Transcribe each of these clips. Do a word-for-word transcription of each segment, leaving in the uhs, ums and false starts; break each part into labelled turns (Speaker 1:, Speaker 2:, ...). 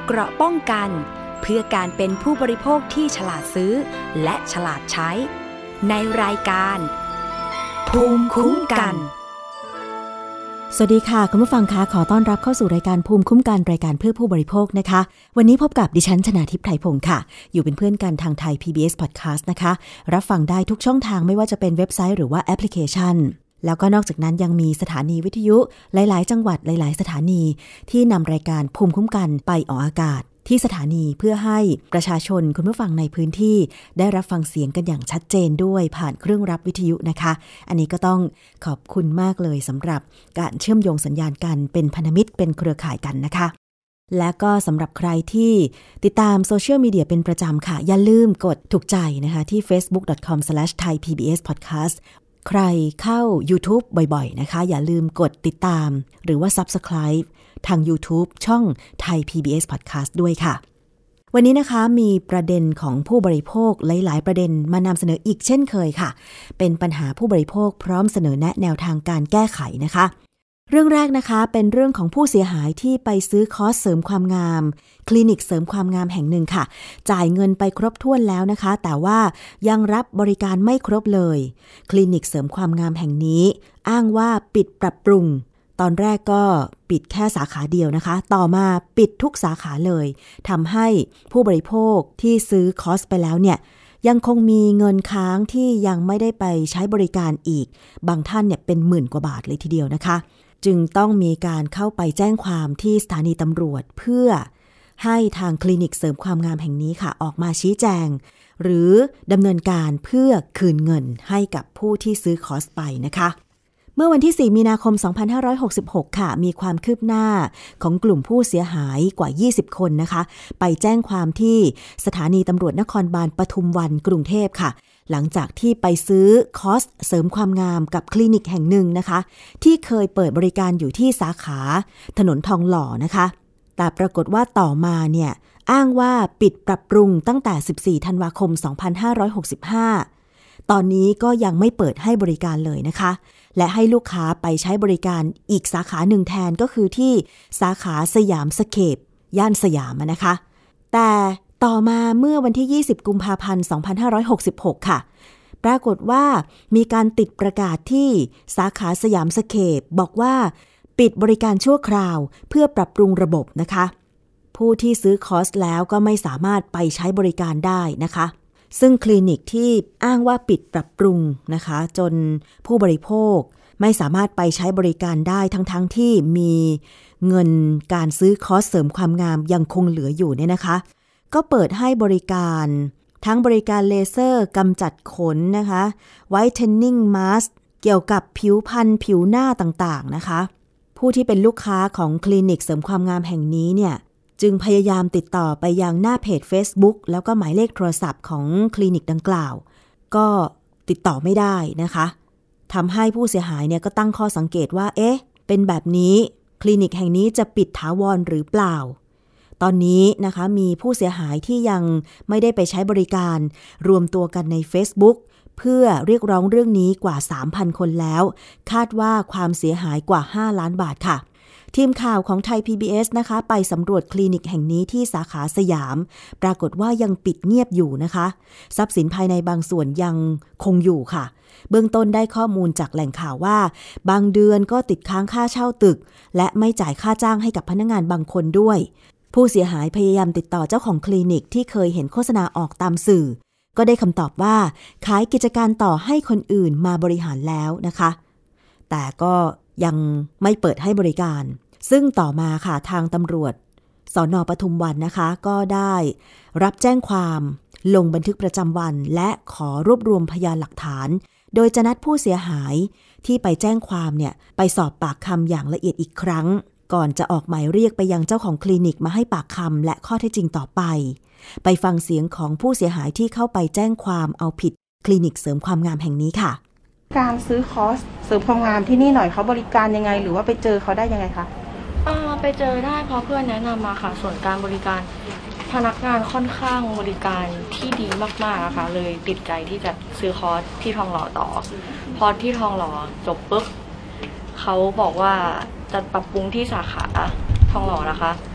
Speaker 1: เกราะป้องกันเพื่อการเป็นผู้บริโภคที่ฉลาดซื้อและฉลาดใช้ในรายการภูมิคุ้มกัน
Speaker 2: สวัสดีค่ะคุณผู้ฟังคะขอต้อนรับเข้าสู่รายการภูมิคุ้มกันรายการเพื่อผู้บริโภคนะคะวันนี้พบกับดิฉันชนาทิพย์ไพรพงศ์ค่ะอยู่เป็นเพื่อนกันทางไทย พี บี เอส Podcast นะคะรับฟังได้ทุกช่องทางไม่ว่าจะเป็นเว็บไซต์หรือว่าแอปพลิเคชันแล้วก็นอกจากนั้นยังมีสถานีวิทยุหลายๆจังหวัดหลายๆสถานีที่นำรายการภูมิคุ้มกันไปออกอากาศที่สถานีเพื่อให้ประชาชนคุณผู้ฟังในพื้นที่ได้รับฟังเสียงกันอย่างชัดเจนด้วยผ่านเครื่องรับวิทยุนะคะอันนี้ก็ต้องขอบคุณมากเลยสำหรับการเชื่อมโยงสัญญาณกันเป็นพันธมิตรเป็นเครือข่ายกันนะคะและก็สำหรับใครที่ติดตามโซเชียลมีเดียเป็นประจำค่ะอย่าลืมกดถูกใจนะคะที่ เฟซบุ๊ก ดอท คอม สแลช ไทย พี บี เอส พอดแคสต์ ใครเข้า YouTube บ่อยๆนะคะอย่าลืมกดติดตามหรือว่า Subscribe ทาง YouTube ช่องไทย พี บี เอส Podcast ด้วยค่ะวันนี้นะคะมีประเด็นของผู้บริโภคหลายๆประเด็นมานำเสนออีกเช่นเคยค่ะเป็นปัญหาผู้บริโภคพร้อมเสนอแนะแนวทางการแก้ไขนะคะเรื่องแรกนะคะเป็นเรื่องของผู้เสียหายที่ไปซื้อคอร์สเสริมความงามคลินิกเสริมความงามแห่งหนึ่งค่ะจ่ายเงินไปครบถ้วนแล้วนะคะแต่ว่ายังรับบริการไม่ครบเลยคลินิกเสริมความงามแห่งนี้อ้างว่าปิดปรับปรุงตอนแรกก็ปิดแค่สาขาเดียวนะคะต่อมาปิดทุกสาขาเลยทำให้ผู้บริโภคที่ซื้อคอร์สไปแล้วเนี่ยยังคงมีเงินค้างที่ยังไม่ได้ไปใช้บริการอีกบางท่านเนี่ยเป็นหมื่นกว่าบาทเลยทีเดียวนะคะจึงต้องมีการเข้าไปแจ้งความที่สถานีตำรวจเพื่อให้ทางคลินิกเสริมความงามแห่งนี้ค่ะออกมาชี้แจงหรือดำเนินการเพื่อคืนเงินให้กับผู้ที่ซื้อคอร์สไปนะคะเมื่อวันที่สี่มีนาคมสองพันห้าร้อยหกสิบหกค่ะมีความคืบหน้าของกลุ่มผู้เสียหายกว่ายี่สิบคนนะคะไปแจ้งความที่สถานีตำรวจนครบาลปทุมวันกรุงเทพค่ะหลังจากที่ไปซื้อคอร์สเสริมความงามกับคลินิกแห่งหนึ่งนะคะที่เคยเปิดบริการอยู่ที่สาขาถนนทองหล่อนะคะแต่ปรากฏว่าต่อมาเนี่ยอ้างว่าปิดปรับปรุงตั้งแต่สิบสี่ธันวาคมสองพันห้าร้อยหกสิบห้าตอนนี้ก็ยังไม่เปิดให้บริการเลยนะคะและให้ลูกค้าไปใช้บริการอีกสาขาหนึ่งแทนก็คือที่สาขาสยามสเคปย่านสยามนะคะแต่ต่อมาเมื่อวันที่ยี่สิบกุมภาพันธ์สองพันห้าร้อยหกสิบหกค่ะปรากฏว่ามีการติดประกาศที่สาขาสยามสเคปบอกว่าปิดบริการชั่วคราวเพื่อปรับปรุงระบบนะคะผู้ที่ซื้อคอร์สแล้วก็ไม่สามารถไปใช้บริการได้นะคะซึ่งคลินิกที่อ้างว่าปิดปรับปรุงนะคะจนผู้บริโภคไม่สามารถไปใช้บริการได้ทั้งๆ ท, ที่มีเงินการซื้อคอร์สเสริมความงามยังคงเหลืออยู่เนี่ยนะคะก็เปิดให้บริการทั้งบริการเลเซอร์กำจัดขนนะคะไวท์เทนนิ่งมาสก์เกี่ยวกับผิวพรรณผิวหน้าต่างๆนะคะผู้ที่เป็นลูกค้าของคลินิกเสริมความงามแห่งนี้เนี่ยจึงพยายามติดต่อไปยังหน้าเพจ Facebook แล้วก็หมายเลขโทรศัพท์ของคลินิกดังกล่าวก็ติดต่อไม่ได้นะคะทำให้ผู้เสียหายเนี่ยก็ตั้งข้อสังเกตว่าเอ๊ะเป็นแบบนี้คลินิกแห่งนี้จะปิดถาวรหรือเปล่าตอนนี้นะคะมีผู้เสียหายที่ยังไม่ได้ไปใช้บริการรวมตัวกันใน Facebook เพื่อเรียกร้องเรื่องนี้กว่า สามพัน คนแล้วคาดว่าความเสียหายกว่าห้าล้านบาทค่ะทีมข่าวของไทย พี บี เอส นะคะไปสำรวจคลินิกแห่งนี้ที่สาขาสยามปรากฏว่ายังปิดเงียบอยู่นะคะทรัพย์สินภายในบางส่วนยังคงอยู่ค่ะเบื้องต้นได้ข้อมูลจากแหล่งข่าวว่าบางเดือนก็ติดค้างค่าเช่าตึกและไม่จ่ายค่าจ้างให้กับพนักงานบางคนด้วยผู้เสียหายพยายามติดต่อเจ้าของคลินิกที่เคยเห็นโฆษณาออกตามสื่อก็ได้คำตอบว่าขายกิจการต่อให้คนอื่นมาบริหารแล้วนะคะแต่ก็ยังไม่เปิดให้บริการซึ่งต่อมาค่ะทางตำรวจสน.ปทุมวันนะคะก็ได้รับแจ้งความลงบันทึกประจำวันและขอรวบรวมพยานหลักฐานโดยจะนัดผู้เสียหายที่ไปแจ้งความเนี่ยไปสอบปากคำอย่างละเอียดอีกครั้งก่อนจะออกหมายเรียกไปยังเจ้าของคลินิกมาให้ปากคำและข้อเท็จจริงต่อไปไปฟังเสียงของผู้เสียหายที่เข้าไปแจ้งความเอาผิดคลินิกเสริมความงามแห่งนี้ค่ะ
Speaker 3: การซื้อคอร์สเสริมความงามที่นี่หน่อยเขาบริการยังไงหรือว่าไปเจอเขาได้ยังไงคะ
Speaker 4: อ่าไปเจอได้เพราะเพื่อนแนะนำมาค่ะส่วนการบริการพนักงานค่อนข้างบริการที่ดีมากๆนะคะเลยติดใจที่จะซื้อคอร์สที่ทองหล่อต่อพอที่ทองหล่อจบปุ๊บเขาบอกว่าจะปรับปรุงที่สาขาทองหล่อนะคะ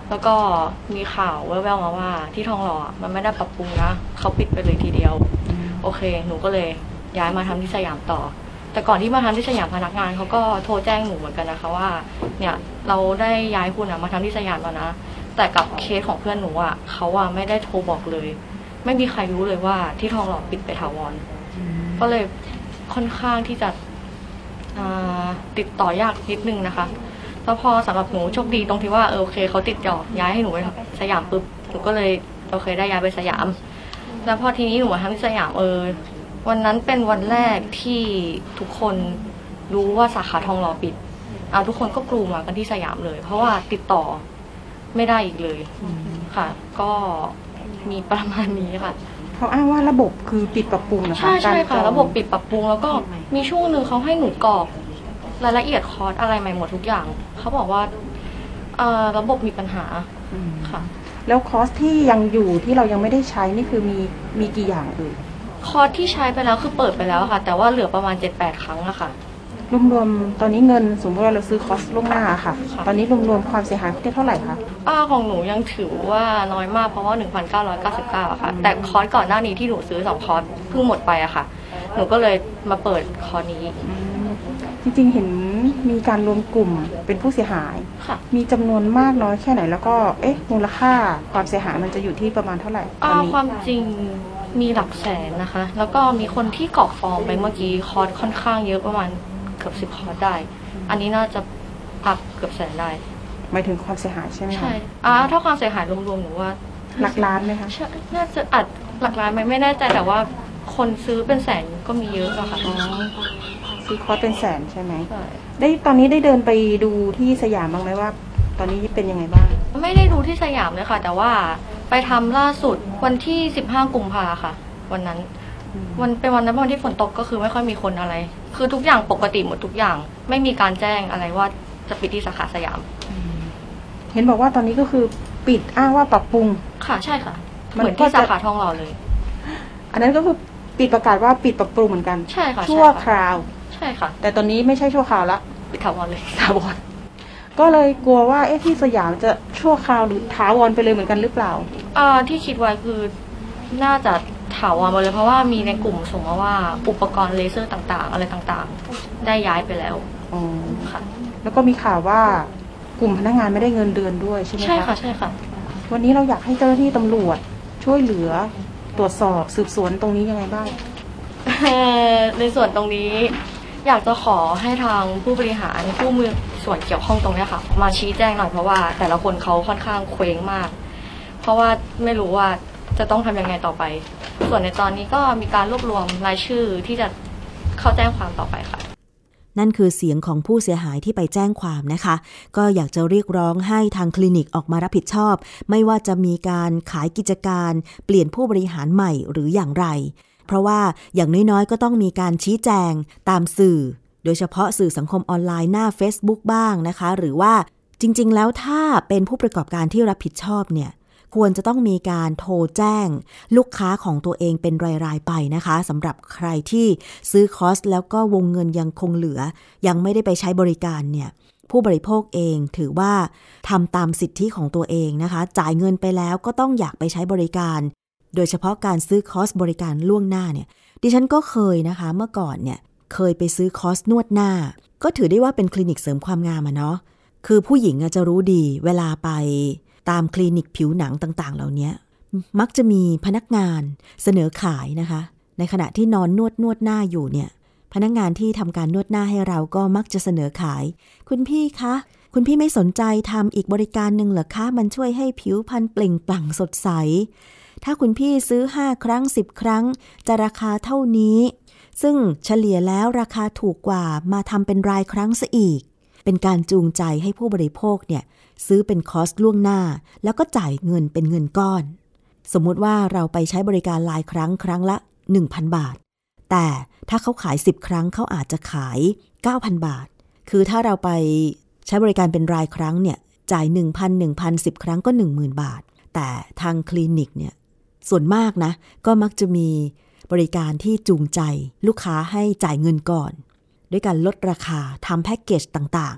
Speaker 4: แล้วก็มีข่าวแว่วๆมาว่าที่ทองหล่อมันไม่ได้ปรับปรุงนะเขาปิดไปเลยทีเดียวโอเคหนูก็เลยย้ายมาทำที่สยามต่อแต่ก่อนที่มาทำที่สยามพนักงานเขาก็โทรแจ้งหนูเหมือนกันนะคะว่าเนี่ยเราได้ย้ายคุณอะมาทำที่สยามแล้วนะแต่กับเคสของเพื่อนหนูอะเขาอะไม่ได้โทรบอกเลยไม่มีใครรู้เลยว่าที่ทองหล่อปิดไปถาวรก็เลยค่อนข้างที่จะติดต่อยากนิดนึงนะคะแล้วพอสำหรับหนูโชคดีตรงที่ว่าเออโอเคเขาติดต่อย้ายให้หนูไปสยามปุ๊บหนูก็เลยโอเคได้ย้ายไปสยามแล้วพอทีนี้หนูมาทำที่สยามเออวันนั้นเป็นวันแรกที่ทุกคนรู้ว่าสาขาทองหล่อปิดอ่าทุกคนก็กรูมากันที่สยามเลยเพราะว่าติดต่อไม่ได้อีกเลยค่ะก็มีประมาณนี้ค่ะ
Speaker 3: เขาอ้างว่าระบบคือปิดปรับปรุงนะคะ
Speaker 4: ใช่ใช่ค่ะระบบปิดปรับปรุงแล้วก็มีช่วงหนึ่งเขาให้หนูกรอกรายละเอียดคอร์สอะไรใหม่หมดทุกอย่างเขาบอกว่าระบบมีปัญหาค่ะ
Speaker 3: แล้วคอร์สที่ยังอยู่ที่เรายังไม่ได้ใช้นี่คือมีมีกี่อย่างเอ่ย
Speaker 4: คอร์สที่ใช้ไปแล้วคือเปิดไปแล้วค่ะแต่ว่าเหลือประมาณ เจ็ดแปด ครั้งอะค่ะ
Speaker 3: รวมๆตอนนี้เงินสมมติว่าเราซื้อคอร์สล่วงหน้าค่ะตอนนี้รวมๆความเสียหายเท่าไหร่คะ
Speaker 4: อ่าของหนูยังถือว่าน้อยมากเพราะว่า หนึ่งพันเก้าร้อยเก้าสิบเก้า อะค่ะแต่คอร์สก่อนหน้านี้ที่หนูซื้อสองคอร์สเพิ่งหมดไปอะค่ะหนูก็เลยมาเปิดคอร์สนี้
Speaker 3: จริงๆเห็นมีการรวมกลุ่มเป็นผู้เสียหายมีจำนวนมากน้อยแค่ไหนแล้วก็เอ๊ะมูลค่าความเสียหายมันจะอยู่ที่ประมาณเท่าไหร่
Speaker 4: ตอนนี้ความจริงมีหลักแสนนะคะแล้วก็มีคนที่กรอกฟอร์มไปเมื่อกี้คอร์สค่อนข้างเยอะประมาณเกือบสิบคอร์สได้อันนี้น่าจะอัพเกือบแสนได้
Speaker 3: หมายถึงความเสียหายใช่ไหมคะ
Speaker 4: ใช่อ่าถ้าความเสียหายรวมๆหนูว่า
Speaker 3: หลักล้านไหมคะ
Speaker 4: น่าจะอัดหลักล้านไหมไม่แน่ใจแต่ว่าคนซื้อเป็นแสนก็มีเยอะอะค่ะ
Speaker 3: ซื้อคอร์สเป็นแสนใช่ไหมได้ตอนนี้ได้เดินไปดูที่สยามบ้างไหมว่าตอนนี้เป็นยังไงบ้าง
Speaker 4: ไม่ได้ดูที่สยามเลยค่ะแต่ว่าไปทำล่าสุดวันที่สิบห้ากุมภาค่ะ วันนั้นวันเป็นวันนั้นวันที่ฝนตกก็คือไม่ค่อยมีคนอะไรคือทุกอย่างปกติหมดทุกอย่างไม่มีการแจ้งอะไรว่าจะปิดที่สาขาสยาม
Speaker 3: เห็นบอกว่าตอนนี้ก็คือปิดอ้างว่าปรับปรุง
Speaker 4: ค่ะใช่ค่ะเหมือนที่สาขาทองหล่อเลย
Speaker 3: อันนั้นก็คือปิดประกาศว่าปิดปรับปรุงเหมือนกัน
Speaker 4: ใช่ค่ะ
Speaker 3: ชั่วคราว
Speaker 4: ใช่ค่ะ
Speaker 3: แต่ตอนนี้ไม่ใช่ชั่วคราวละ
Speaker 4: ปิดถาวรเลย
Speaker 3: ถาวรก็เลยกลัวว่าเอ๊ะที่สยามจะชั่วคราวหรือถาวรไปเลยเหมือนกันหรือเปล่า
Speaker 4: อ่าที่คิดไว้คือน่าจะถาวรไปเลยเพราะว่ามีในกลุ่มส่งมาว่าอุปกรณ์เลเซอร์ต่างๆอะไรต่างๆได้ย้ายไปแล้ว
Speaker 3: อ๋อค่ะแล้วก็มีข่าวว่ากลุ่มพนักงานไม่ได้เงินเดือนด้วยใช่ไหมคะ
Speaker 4: ใช่ค่ะใช่ค่ะ
Speaker 3: วันนี้เราอยากให้เจ้าหน้าที่ตำรวจช่วยเหลือตรวจสอบสืบสวนตรงนี้ยังไงบ้าง
Speaker 4: ในส่วนตรงนี้อยากจะขอให้ทางผู้บริหารผู้มีส่วนเกี่ยวข้องตรงนี้ค่ะมาชี้แจงหน่อยเพราะว่าแต่ละคนเขาค่อนข้างเคว้งมากเพราะว่าไม่รู้ว่าจะต้องทำยังไงต่อไปส่วนในตอนนี้ก็มีการรวบรวมรายชื่อที่จะเข้าแจ้งความต่อไปค่ะ
Speaker 2: นั่นคือเสียงของผู้เสียหายที่ไปแจ้งความนะคะก็อยากจะเรียกร้องให้ทางคลินิกออกมารับผิดชอบไม่ว่าจะมีการขายกิจการเปลี่ยนผู้บริหารใหม่หรืออย่างไรเพราะว่าอย่างน้อยๆก็ต้องมีการชี้แจงตามสื่อโดยเฉพาะสื่อสังคมออนไลน์หน้า Facebook บ้างนะคะหรือว่าจริงๆแล้วถ้าเป็นผู้ประกอบการที่รับผิดชอบเนี่ยควรจะต้องมีการโทรแจ้งลูกค้าของตัวเองเป็นรายๆไปนะคะสำหรับใครที่ซื้อคอร์สแล้วก็วงเงินยังคงเหลือยังไม่ได้ไปใช้บริการเนี่ยผู้บริโภคเองถือว่าทำตามสิทธิของตัวเองนะคะจ่ายเงินไปแล้วก็ต้องอยากไปใช้บริการโดยเฉพาะการซื้อคอร์สบริการล่วงหน้าเนี่ยดิฉันก็เคยนะคะเมื่อก่อนเนี่ยเคยไปซื้อคอร์สนวดหน้าก็ถือได้ว่าเป็นคลินิกเสริมความงามอะเนาะคือผู้หญิงจะรู้ดีเวลาไปตามคลินิกผิวหนังต่างๆเหล่านี้มักจะมีพนักงานเสนอขายนะคะในขณะที่นอนนวดนวดหน้าอยู่เนี่ยพนักงานที่ทำการนวดหน้าให้เราก็มักจะเสนอขายคุณพี่คะคุณพี่ไม่สนใจทำอีกบริการหนึ่งเหรอคะมันช่วยให้ผิวพรรณเปล่งปลั่งสดใสถ้าคุณพี่ซื้อห้าครั้งสิบครั้งจะราคาเท่านี้ซึ่งเฉลี่ยแล้วราคาถูกกว่ามาทำเป็นรายครั้งซะอีกเป็นการจูงใจให้ผู้บริโภคเนี่ยซื้อเป็นคอร์สล่วงหน้าแล้วก็จ่ายเงินเป็นเงินก้อนสมมุติว่าเราไปใช้บริการรายครั้งครั้งละ หนึ่งพัน บาทแต่ถ้าเขาขายสิบครั้งเขาอาจจะขาย เก้าพัน บาทคือถ้าเราไปใช้บริการเป็นรายครั้งเนี่ยจ่าย หนึ่งพัน หนึ่งพัน สิบครั้งก็ หนึ่งหมื่น บาทแต่ทางคลินิกเนี่ยส่วนมากนะก็มักจะมีบริการที่จูงใจลูกค้าให้จ่ายเงินก่อนด้วยการลดราคาทำแพ็กเกจต่างๆ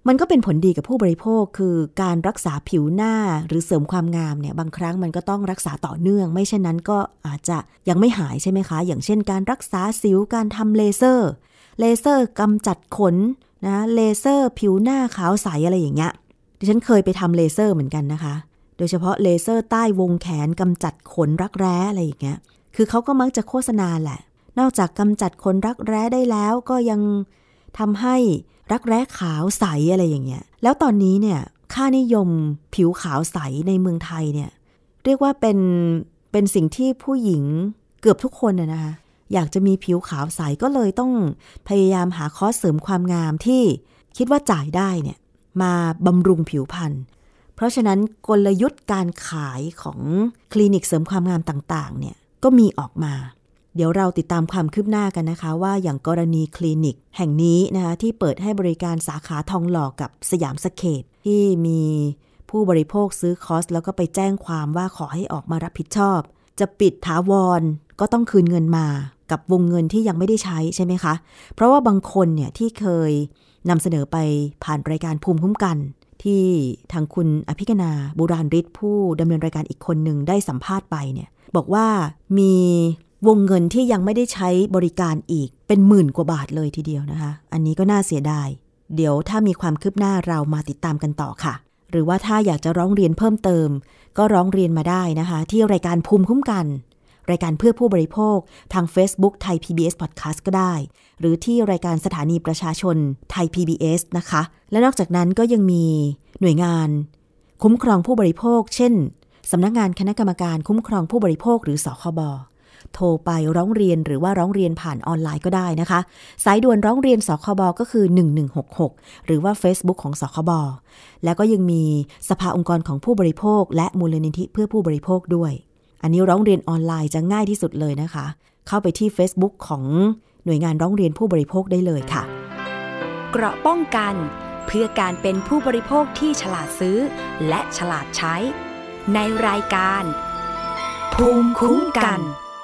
Speaker 2: มันก็เป็นผลดีกับผู้บริโภคคือการรักษาผิวหน้าหรือเสริมความงามเนี่ยบางครั้งมันก็ต้องรักษาต่อเนื่องไม่เช่นนั้นก็อาจจะยังไม่หายใช่ไหมคะอย่างเช่นการรักษาสิวการทำเลเซอร์เลเซอร์กำจัดขนนะเลเซอร์ผิวหน้าขาวใสอะไรอย่างเงี้ยดิฉันเคยไปทำเลเซอร์เหมือนกันนะคะโดยเฉพาะเลเซอร์ใต้วงแขนกำจัดขนรักแร้อะไรอย่างเงี้ยคือเขาก็มักจะโฆษณาแหละนอกจากกำจัดขนรักแร้ได้แล้วก็ยังทำให้รักแร้ขาวใสอะไรอย่างเงี้ยแล้วตอนนี้เนี่ยค่านิยมผิวขาวใสในเมืองไทยเนี่ยเรียกว่าเป็นเป็นสิ่งที่ผู้หญิงเกือบทุกคนนะนะคะอยากจะมีผิวขาวใสก็เลยต้องพยายามหาคอร์สเสริมความงามที่คิดว่าจ่ายได้เนี่ยมาบำรุงผิวพรรณเพราะฉะนั้นกลยุทธ์การขายของคลินิกเสริมความงามต่างๆเนี่ยก็มีออกมาเดี๋ยวเราติดตามความคืบหน้ากันนะคะว่าอย่างกรณีคลินิกแห่งนี้นะคะที่เปิดให้บริการสาขาทองหล่อกับสยามสเคปที่มีผู้บริโภคซื้อคอร์สแล้วก็ไปแจ้งความว่าขอให้ออกมารับผิดชอบจะปิดถาวรก็ต้องคืนเงินมากับวงเงินที่ยังไม่ได้ใช้ใช่ไหมคะเพราะว่าบางคนเนี่ยที่เคยนำเสนอไปผ่านรายการภูมิคุ้มกันที่ทางคุณอภิกนาบุราริศผู้ดำเนินรายการอีกคนหนึ่งได้สัมภาษณ์ไปเนี่ยบอกว่ามีวงเงินที่ยังไม่ได้ใช้บริการอีกเป็นหมื่นกว่าบาทเลยทีเดียวนะคะอันนี้ก็น่าเสียดายเดี๋ยวถ้ามีความคืบหน้าเรามาติดตามกันต่อค่ะหรือว่าถ้าอยากจะร้องเรียนเพิ่มเติมก็ร้องเรียนมาได้นะคะที่รายการภูมิคุ้มกันรายการเพื่อผู้บริโภคทาง Facebook ไทย พี บี เอส Podcast ก็ได้หรือที่รายการสถานีประชาชนไทย พี บี เอส นะคะและนอกจากนั้นก็ยังมีหน่วยงานคุ้มครองผู้บริโภคเช่นสำนักงานคณะกรรมการคุ้มครองผู้บริโภคหรือสคบโทรไปร้องเรียนหรือว่าร้องเรียนผ่านออนไลน์ก็ได้นะคะสายด่วนร้องเรียนสคบก็คือหนึ่งหนึ่งหกหกหรือว่า Facebook ของสคบแล้วก็ยังมีสภาองค์กรของผู้บริโภคและมูลนิธิเพื่อผู้บริโภคด้วยอันนี้ร้องเรียนออนไลน์จะง่ายที่สุดเลยนะคะเข้าไปที่ Facebook ของหน่วยงานร้องเรียนผู้บริโภคได้เลยค่ะ
Speaker 1: เกราะป้องกันเพื่อการเป็นผู้บริโภคที่ฉลาดซื้อและฉลาดใช้ในรายการภูมิคุ้มกัน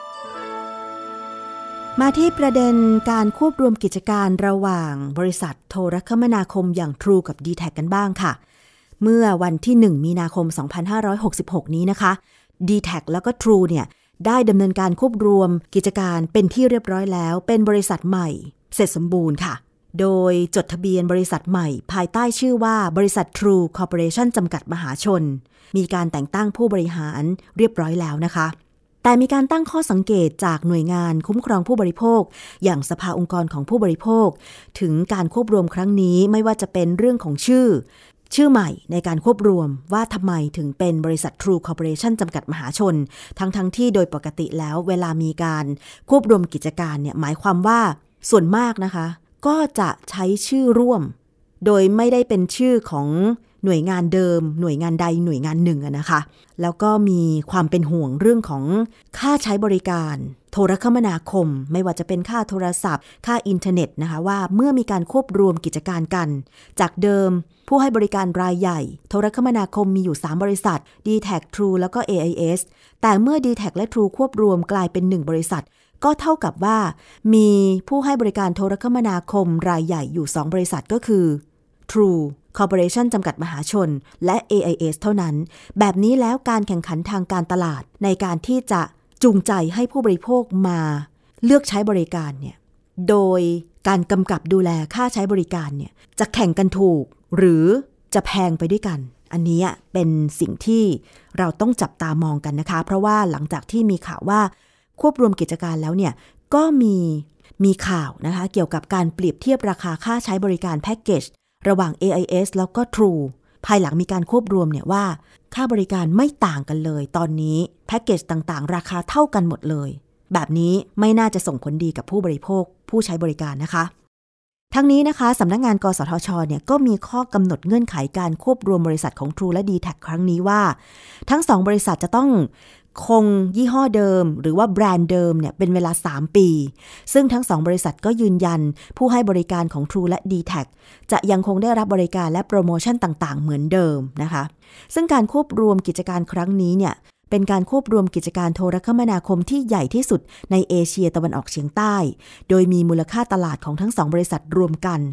Speaker 2: มาที่ประเด็นการควบรวมกิจการระหว่างบริษัทโทรคมนาคมอย่าง True กับ ดี แท็ก กันบ้างค่ะเมื่อวันที่หนึ่งมีนาคมสองพันห้าร้อยหกสิบหกนี้นะคะ ดี แท็ก แล้วก็ True เนี่ยได้ดำเนินการควบรวมกิจการเป็นที่เรียบร้อยแล้วเป็นบริษัทใหม่เสร็จสมบูรณ์ค่ะโดยจดทะเบียนบริษัทใหม่ภายใต้ชื่อว่าบริษัท True Corporation จำกัดมหาชนมีการแต่งตั้งผู้บริหารเรียบร้อยแล้วนะคะแต่มีการตั้งข้อสังเกตจากหน่วยงานคุ้มครองผู้บริโภคอย่างสภาองค์กรของผู้บริโภคถึงการควบรวมครั้งนี้ไม่ว่าจะเป็นเรื่องของชื่อชื่อใหม่ในการควบรวมว่าทำไมถึงเป็นบริษัท True Corporation จำกัดมหาชนทั้งๆ ท, ที่โดยปกติแล้วเวลามีการควบรวมกิจการเนี่ยหมายความว่าส่วนมากนะคะก็จะใช้ชื่อร่วมโดยไม่ได้เป็นชื่อของหน่วยงานเดิมหน่วยงานใดหน่วยงานหนึ่งนะคะแล้วก็มีความเป็นห่วงเรื่องของค่าใช้บริการโทรคมนาคมไม่ว่าจะเป็นค่าโทรศัพท์ค่าอินเทอร์เน็ตนะคะว่าเมื่อมีการควบรวมกิจการกันจากเดิมผู้ให้บริการรายใหญ่โทรคมนาคมมีอยู่สามบริษัท ดี แท็ก True แล้วก็ เอ ไอ เอส แต่เมื่อ ดี แท็ก และ True ควบรวมกลายเป็นหนึ่งบริษัทก็เท่ากับว่ามีผู้ให้บริการโทรคมนาคมรายใหญ่อยู่สองบริษัทก็คือ True Corporation จำกัดมหาชนและ เอ ไอ เอส เท่านั้นแบบนี้แล้วการแข่งขันทางการตลาดในการที่จะจูงใจให้ผู้บริโภคมาเลือกใช้บริการเนี่ยโดยการกำกับดูแลค่าใช้บริการเนี่ยจะแข่งกันถูกหรือจะแพงไปด้วยกันอันนี้เป็นสิ่งที่เราต้องจับตามองกันนะคะเพราะว่าหลังจากที่มีข่าวว่าควบรวมกิจการแล้วเนี่ยก็มีมีข่าวนะคะเกี่ยวกับการเปรียบเทียบราคาค่าใช้บริการแพ็คเกจระหว่าง เอ ไอ เอส แล้วก็ True ภายหลังมีการควบรวมเนี่ยว่าค่าบริการไม่ต่างกันเลยตอนนี้แพ็คเกจต่างๆราคาเท่ากันหมดเลยแบบนี้ไม่น่าจะส่งผลดีกับผู้บริโภคผู้ใช้บริการนะคะทั้งนี้นะคะสำนักงานกสทช.เนี่ยก็มีข้อกำหนดเงื่อนไขการควบรวมบริษัทของ True และ ดี แท็ก ครั้งนี้ว่าทั้งสองบริษัทจะต้องคงยี่ห้อเดิมหรือว่าแบรนด์เดิมเนี่ยเป็นเวลาสามปีซึ่งทั้งสองบริษัทก็ยืนยันผู้ให้บริการของ True และ ดี แท็ก จะยังคงได้รับบริการและโปรโมชั่นต่างๆเหมือนเดิมนะคะซึ่งการควบรวมกิจการครั้งนี้เนี่ยเป็นการควบรวมกิจการโทรคมนาคมที่ใหญ่ที่สุดในเอเชียตะวันออกเฉียงใต้โดยมีมูลค่าตลาดของทั้งสองบริษัทรวมกัน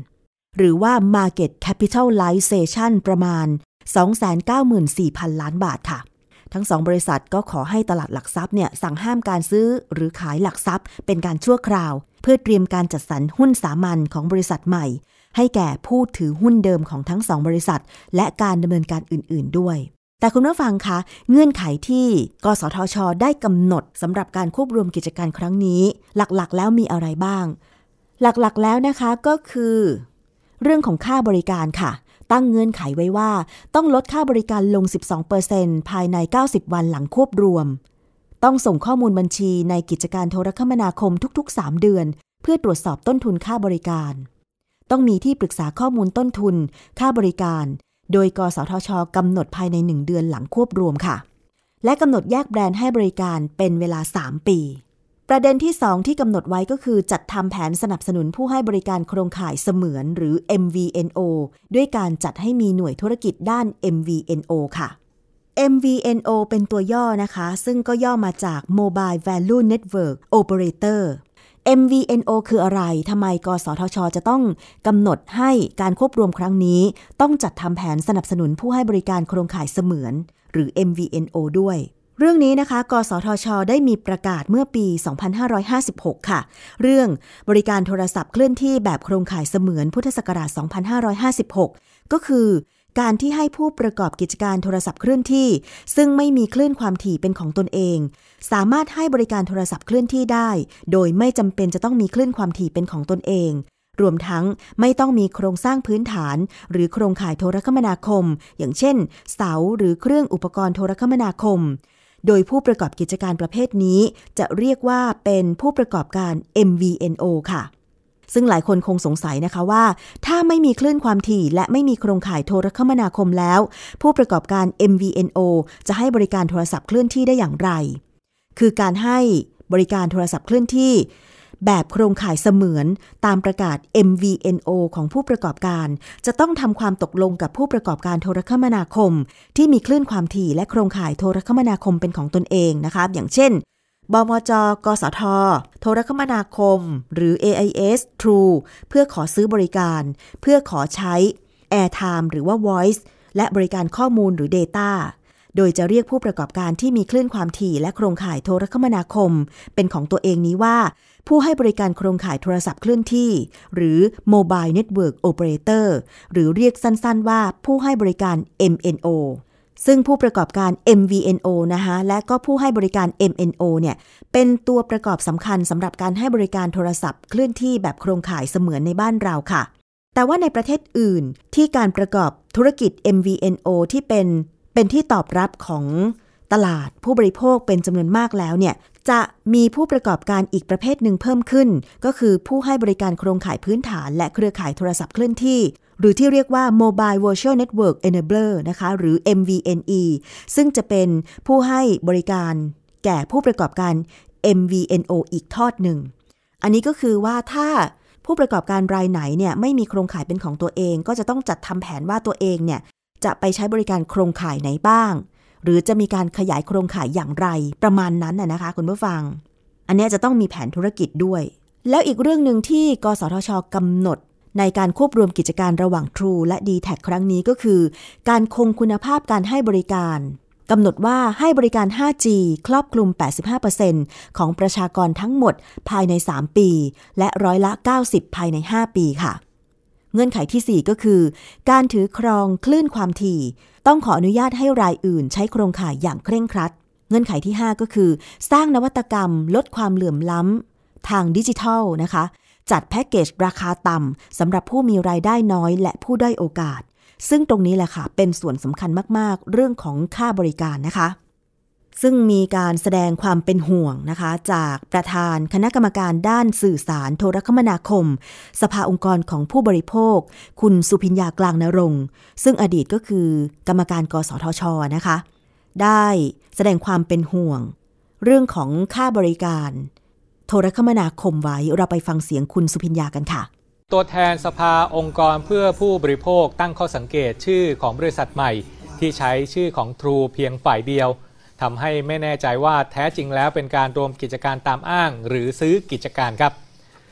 Speaker 2: หรือว่า Market Capitalization ประมาณ สองแสนเก้าหมื่นสี่พัน ล้านบาทค่ะทั้งสองบริษัทก็ขอให้ตลาดหลักทรัพย์เนี่ยสั่งห้ามการซื้อหรือขายหลักทรัพย์เป็นการชั่วคราวเพื่อเตรียมการจัดสรรหุ้นสามัญของบริษัทใหม่ให้แก่ผู้ถือหุ้นเดิมของทั้งสองบริษัทและการดำเนินการอื่นๆด้วยแต่คุณผู้ฟังคะเงื่อนไขที่กสทช.ได้กำหนดสำหรับการควบรวมกิจการครั้งนี้หลักๆแล้วมีอะไรบ้างหลักๆแล้วนะคะก็คือเรื่องของค่าบริการค่ะตั้งเงื่อนไขไว้ว่าต้องลดค่าบริการลง สิบสองเปอร์เซ็นต์ ภายในเก้าสิบวันหลังควบรวมต้องส่งข้อมูลบัญชีในกิจการโทรคมนาคมทุกๆสามเดือนเพื่อตรวจสอบต้นทุนค่าบริการต้องมีที่ปรึกษาข้อมูลต้นทุนค่าบริการโดยกสทช.กำหนดภายในหนึ่งเดือนหลังควบรวมค่ะและกำหนดแยกแบรนด์ให้บริการเป็นเวลาสามปีประเด็นที่สองที่กำหนดไว้ก็คือจัดทำแผนสนับสนุนผู้ให้บริการโครงข่ายเสมือนหรือ เอ็ม วี เอ็น โอ ด้วยการจัดให้มีหน่วยธุรกิจด้าน เอ็ม วี เอ็น โอ ค่ะ เอ็ม วี เอ็น โอ เป็นตัวย่อนะคะซึ่งก็ย่อมาจาก Mobile Value Network Operator เอ็ม วี เอ็น โอ คืออะไรทำไมกสทช.จะต้องกำหนดให้การควบรวมครั้งนี้ต้องจัดทำแผนสนับสนุนผู้ให้บริการโครงข่ายเสมือนหรือ เอ็ม วี เอ็น โอ ด้วยเรื่องนี้นะคะกสทช.ได้มีประกาศเมื่อปี สองพันห้าร้อยห้าสิบหก ค่ะเรื่องบริการโทรศัพท์เคลื่อนที่แบบโครงข่ายเสมือนพุทธศักราช สองพันห้าร้อยห้าสิบหก ก็คือการที่ให้ผู้ประกอบกิจการโทรศัพท์เคลื่อนที่ซึ่งไม่มีคลื่นความถี่เป็นของตนเองสามารถให้บริการโทรศัพท์เคลื่อนที่ได้โดยไม่จำเป็นจะต้องมีคลื่นความถี่เป็นของตนเองรวมทั้งไม่ต้องมีโครงสร้างพื้นฐานหรือโครงข่ายโทรคมนาคมอย่างเช่นเสาหรือเครื่องอุปกรณ์โทรคมนาคมโดยผู้ประกอบกิจการประเภทนี้จะเรียกว่าเป็นผู้ประกอบการ เอ็ม วี เอ็น โอ ค่ะซึ่งหลายคนคงสงสัยนะคะว่าถ้าไม่มีคลื่นความถี่และไม่มีโครงข่ายโทรคมนาคมแล้วผู้ประกอบการ เอ็ม วี เอ็น โอ จะให้บริการโทรศัพท์เคลื่อนที่ได้อย่างไรคือการให้บริการโทรศัพท์เคลื่อนที่แบบโครงข่ายเสมือนตามประกาศ เอ็ม วี เอ็น โอ ของผู้ประกอบการจะต้องทำความตกลงกับผู้ประกอบการโทรคมนาคมที่มีคลื่นความถี่และโครงข่ายโทรคมนาคมเป็นของตนเองนะคะอย่างเช่นบมจ.กสท.โทรคมนาคมหรือ เอ ไอ เอส True เพื่อขอซื้อบริการเพื่อขอใช้ Airtime หรือว่า Voice และบริการข้อมูลหรือ Data โดยจะเรียกผู้ประกอบการที่มีคลื่นความถี่และโครงข่ายโทรคมนาคมเป็นของตัวเองนี้ว่าผู้ให้บริการโครงข่ายโทรศัพท์เคลื่อนที่หรือ Mobile Network Operator หรือเรียกสั้นๆว่าผู้ให้บริการ เอ็ม เอ็น โอ ซึ่งผู้ประกอบการ เอ็ม วี เอ็น โอ นะคะและก็ผู้ให้บริการ เอ็ม เอ็น โอ เนี่ยเป็นตัวประกอบสำคัญสำหรับการให้บริการโทรศัพท์เคลื่อนที่แบบโครงข่ายเสมือนในบ้านเราค่ะแต่ว่าในประเทศอื่นที่การประกอบธุรกิจ เอ็ม วี เอ็น โอ ที่เป็นเป็นที่ตอบรับของตลาดผู้บริโภคเป็นจำนวนมากแล้วเนี่ยจะมีผู้ประกอบการอีกประเภทหนึ่งเพิ่มขึ้นก็คือผู้ให้บริการโครงข่ายพื้นฐานและเครือข่ายโทรศัพท์เคลื่อนที่หรือที่เรียกว่า Mobile Virtual Network Enabler นะคะหรือ เอ็ม วี เอ็น อี ซึ่งจะเป็นผู้ให้บริการแก่ผู้ประกอบการ เอ็ม วี เอ็น โอ อีกทอดหนึ่งอันนี้ก็คือว่าถ้าผู้ประกอบการรายไหนเนี่ยไม่มีโครงข่ายเป็นของตัวเองก็จะต้องจัดทำแผนว่าตัวเองเนี่ยจะไปใช้บริการโครงข่ายไหนบ้างหรือจะมีการขยายโครงข่ายอย่างไรประมาณนั้นน่ะนะคะคุณผู้ฟังอันนี้จะต้องมีแผนธุรกิจด้วยแล้วอีกเรื่องหนึ่งที่กสทช.กำหนดในการควบรวมกิจการระหว่าง True และ ดี แท็ก ครั้งนี้ก็คือการคงคุณภาพการให้บริการกำหนดว่าให้บริการ ห้าจี ครอบคลุม แปดสิบห้าเปอร์เซ็นต์ ของประชากรทั้งหมดภายในสามปีและร้อยละเก้าสิบภายในห้าปีค่ะเงื่อนไขที่สี่ก็คือการถือครองคลื่นความถี่ต้องขออนุญาตให้รายอื่นใช้โครงข่ายอย่างเคร่งครัดเงื่อนไขที่ห้าก็คือสร้างนวัตกรรมลดความเหลื่อมล้ำทางดิจิทัลนะคะจัดแพ็กเกจราคาต่ำสำหรับผู้มีรายได้น้อยและผู้ด้อยโอกาสซึ่งตรงนี้แหละค่ะเป็นส่วนสำคัญมากๆเรื่องของค่าบริการนะคะซึ่งมีการแสดงความเป็นห่วงนะคะจากประธานคณะกรรมการด้านสื่อสารโทรคมนาคมสภาองค์กรของผู้บริโภคคุณสุพิญญากลางนรงค์ซึ่งอดีตก็คือกรรมการกสทช.นะคะได้แสดงความเป็นห่วงเรื่องของค่าบริการโทรคมนาคมไว้เราไปฟังเสียงคุณสุพิญญากันค่ะ
Speaker 5: ตัวแทนสภาองค์กรเพื่อผู้บริโภคตั้งข้อสังเกตชื่อของบริษัทใหม่ที่ใช้ชื่อของ True เพียงฝ่ายเดียวทำให้ไม่แน่ใจว่าแท้จริงแล้วเป็นการรวมกิจการตามอ้างหรือซื้อกิจการครับ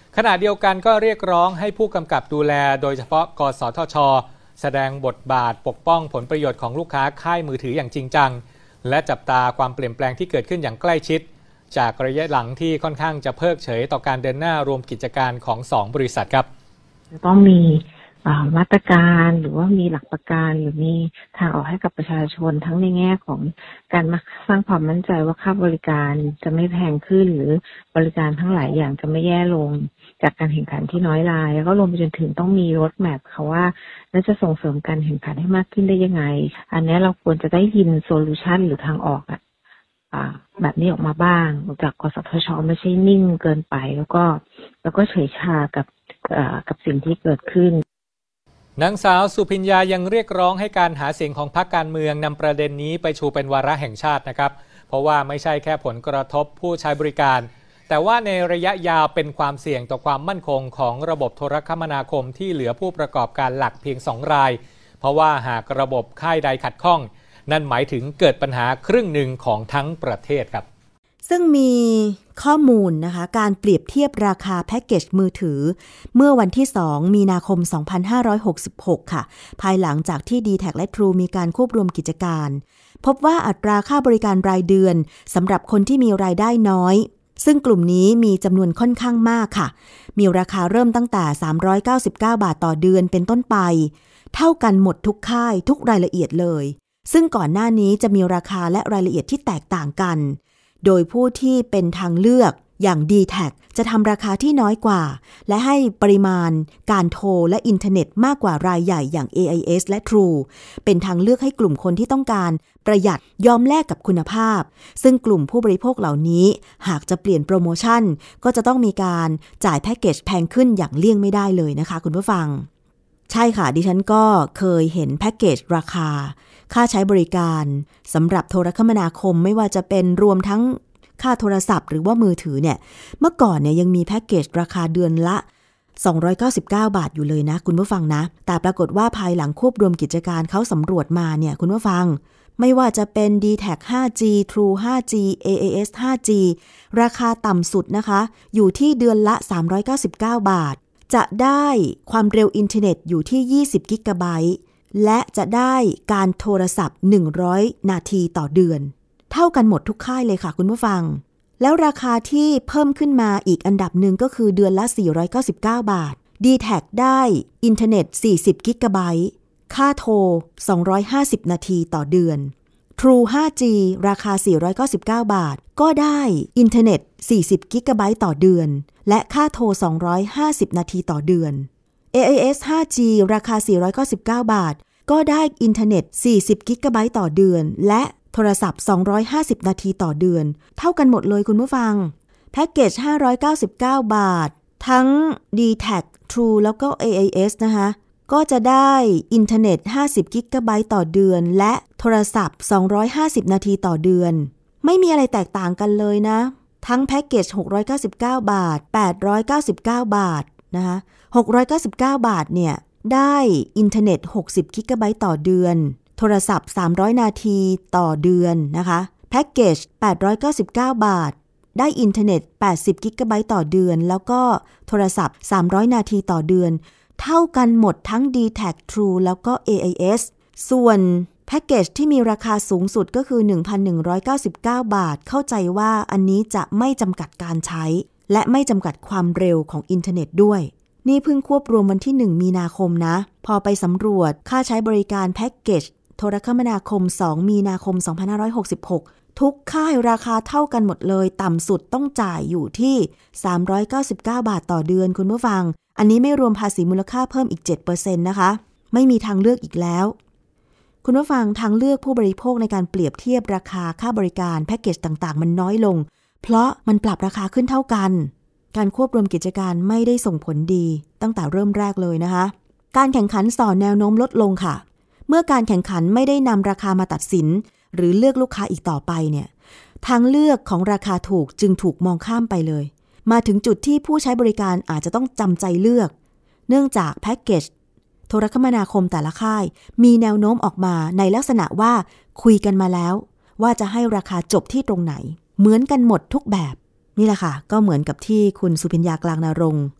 Speaker 5: ขณะเดียวกันก็เรียกร้องให้ผู้กำกับดูแลโดยเฉพาะกสทช.แสดงบทบาทปกป้องผลประโยชน์ของลูกค้าค่ายมือถืออย่างจริงจังและจับตาความเปลี่ยนแปลงที่เกิดขึ้นอย่างใกล้ชิดจากระยะหลังที่ค่อนข้างจะเพิกเฉยต่อการเดินหน้ารวมกิจการของสองบริษัทครับ
Speaker 6: ต้องมีมาตรการหรือว่ามีหลักประกันหรือมีทางออกให้กับประชาชนทั้งในแง่ของการมาสร้างความมั่นใจว่าค่าบริการจะไม่แพงขึ้นหรือบริการทั้งหลายอย่างจะไม่แย่ลงจากการแข่งขันที่น้อยรายแล้วก็รวมไปจนถึงต้องมีรถแมพค่ะว่าน่าจะส่งเสริมการแข่งขันให้มากขึ้นได้ยังไงอันนี้เราควรจะได้ยินโซลูชันหรือทางออกอะแบบนี้ออกมาบ้างจากกสทช.ไม่ใช่นิ่งเกินไปแล้วก็แล้วก็เฉยชากับกับสิ่งที่เกิดขึ้น
Speaker 5: นางสาวสุพิญญายังเรียกร้องให้การหาเสียงของพรรคการเมืองนำประเด็นนี้ไปชูเป็นวาระแห่งชาตินะครับเพราะว่าไม่ใช่แค่ผลกระทบผู้ใช้บริการแต่ว่าในระยะยาวเป็นความเสี่ยงต่อความมั่นคงของระบบโทรคมนาคมที่เหลือผู้ประกอบการหลักเพียงสองรายเพราะว่าหากระบบค่ายใดขัดข้องนั่นหมายถึงเกิดปัญหาครึ่งหนึ่งของทั้งประเทศครับ
Speaker 2: ซึ่งมีข้อมูลนะคะการเปรียบเทียบราคาแพ็กเกจมือถือเมื่อวันที่สองมีนาคมสองพันห้าร้อยหกสิบหกค่ะภายหลังจากที่ ดี แท็ก และ True มีการควบรวมกิจการพบว่าอัตราค่าบริการรายเดือนสำหรับคนที่มีรายได้น้อยซึ่งกลุ่มนี้มีจำนวนค่อนข้างมากค่ะมีราคาเริ่มตั้งแต่สามร้อยเก้าสิบเก้าบาทต่อเดือนเป็นต้นไปเท่ากันหมดทุกค่ายทุกรายละเอียดเลยซึ่งก่อนหน้านี้จะมีราคาและรายละเอียดที่แตกต่างกันโดยผู้ที่เป็นทางเลือกอย่าง ดี แท็ก จะทำราคาที่น้อยกว่าและให้ปริมาณการโทรและอินเทอร์เน็ตมากกว่ารายใหญ่อย่าง เอ ไอ เอส และ True เป็นทางเลือกให้กลุ่มคนที่ต้องการประหยัดยอมแลกกับคุณภาพซึ่งกลุ่มผู้บริโภคเหล่านี้หากจะเปลี่ยนโปรโมชั่นก็จะต้องมีการจ่ายแพ็กเกจแพงขึ้นอย่างเลี่ยงไม่ได้เลยนะคะคุณผู้ฟังใช่ค่ะดิฉันก็เคยเห็นแพ็กเกจราคาค่าใช้บริการสำหรับโทรคมนาคมไม่ว่าจะเป็นรวมทั้งค่าโทรศัพท์หรือว่ามือถือเนี่ยเมื่อก่อนเนี่ยยังมีแพ็กเกจราคาเดือนละสองร้อยเก้าสิบเก้าบาทอยู่เลยนะคุณผู้ฟังนะแต่ปรากฏว่าภายหลังควบรวมกิจการเขาสำรวจมาเนี่ยคุณผู้ฟังไม่ว่าจะเป็น ดี แท็ก ห้าจี True ห้าจี เอ ไอ เอส ห้าจี ราคาต่ำสุดนะคะอยู่ที่เดือนละสามร้อยเก้าสิบเก้าบาทจะได้ความเร็วอินเทอร์เน็ตอยู่ที่ยี่สิบกิกะไบต์และจะได้การโทรศัพท์หนึ่งร้อยนาทีต่อเดือนเท่ากันหมดทุกค่ายเลยค่ะคุณผู้ฟังแล้วราคาที่เพิ่มขึ้นมาอีกอันดับหนึ่งก็คือเดือนละสี่ร้อยเก้าสิบเก้าบาท ดี แท็ก ได้อินเทอร์เน็ตสี่สิบกิกะไบต์ค่าโทรสองร้อยห้าสิบนาทีต่อเดือน True ห้าจี ราคาสี่ร้อยเก้าสิบเก้าบาทก็ได้อินเทอร์เน็ตสี่สิบกิกะไบต์ต่อเดือนและค่าโทรสองร้อยห้าสิบนาทีต่อเดือน เอ ไอ เอส ห้าจี ราคาสี่ร้อยเก้าสิบเก้าบาทก็ได้อินเทอร์เน็ตสี่สิบกิกะไบต์ต่อเดือนและโทรศัพท์สองร้อยห้าสิบนาทีต่อเดือนเท่ากันหมดเลยคุณผู้ฟังแพ็กเกจห้าร้อยเก้าสิบเก้าบาททั้ง ดี แท็ก True แล้วก็ เอ ไอ เอส นะคะก็จะได้อินเทอร์เน็ตห้าสิบกิกะไบต์ต่อเดือนและโทรศัพท์สองร้อยห้าสิบนาทีต่อเดือนไม่มีอะไรแตกต่างกันเลยนะทั้งแพ็กเกจหกร้อยเก้าสิบเก้าบาทแปดร้อยเก้าสิบเก้าบาทนะคะหกร้อยเก้าสิบเก้าบาทเนี่ยได้อินเทอร์เน็ตหกสิบกิกะไบต์ต่อเดือนโทรศัพท์สามร้อยนาทีต่อเดือนนะคะแพ็กเกจแปดร้อยเก้าสิบเก้าบาทได้อินเทอร์เน็ตแปดสิบกิกะไบต์ต่อเดือนแล้วก็โทรศัพท์สามร้อยนาทีต่อเดือนเท่ากันหมดทั้ง ดี แท็ก True แล้วก็ เอ ไอ เอส ส่วนแพ็กเกจที่มีราคาสูงสุดก็คือ หนึ่งพันหนึ่งร้อยเก้าสิบเก้าบาทเข้าใจว่าอันนี้จะไม่จำกัดการใช้และไม่จำกัดความเร็วของอินเทอร์เน็ตด้วยนี่เพิ่งควบรวมวันที่หนึ่งมีนาคมนะพอไปสำรวจค่าใช้บริการแพ็กเกจโทรคมนาคมสองมีนาคมสองพันห้าร้อยหกสิบหกทุกค่ายราคาเท่ากันหมดเลยต่ำสุดต้องจ่ายอยู่ที่สามร้อยเก้าสิบเก้าบาทต่อเดือนคุณผู้ฟังอันนี้ไม่รวมภาษีมูลค่าเพิ่มอีก เจ็ดเปอร์เซ็นต์ นะคะไม่มีทางเลือกอีกแล้วคุณผู้ฟังทางเลือกผู้บริโภคในการเปรียบเทียบราคาค่าบริการแพ็กเกจต่างๆมันน้อยลงเพราะมันปรับราคาขึ้นเท่ากันการควบรวมกิจการไม่ได้ส่งผลดีตั้งแต่เริ่มแรกเลยนะคะการแข่งขันส่อแนวโน้มลดลงค่ะเมื่อการแข่งขันไม่ได้นำราคามาตัดสินหรือเลือกลูกค้าอีกต่อไปเนี่ยทางเลือกของราคาถูกจึงถูกมองข้ามไปเลยมาถึงจุดที่ผู้ใช้บริการอาจจะต้องจำใจเลือกเนื่องจากแพ็กเกจโทรคมนาคมแต่ละค่ายมีแนวโน้มออกมาในลักษณะว่าคุยกันมาแล้วว่าจะให้ราคาจบที่ตรงไหนเหมือนกันหมดทุกแบบนี่แหละค่ะก็เหมือนกับที่คุณสุพิญญากลางนรงค์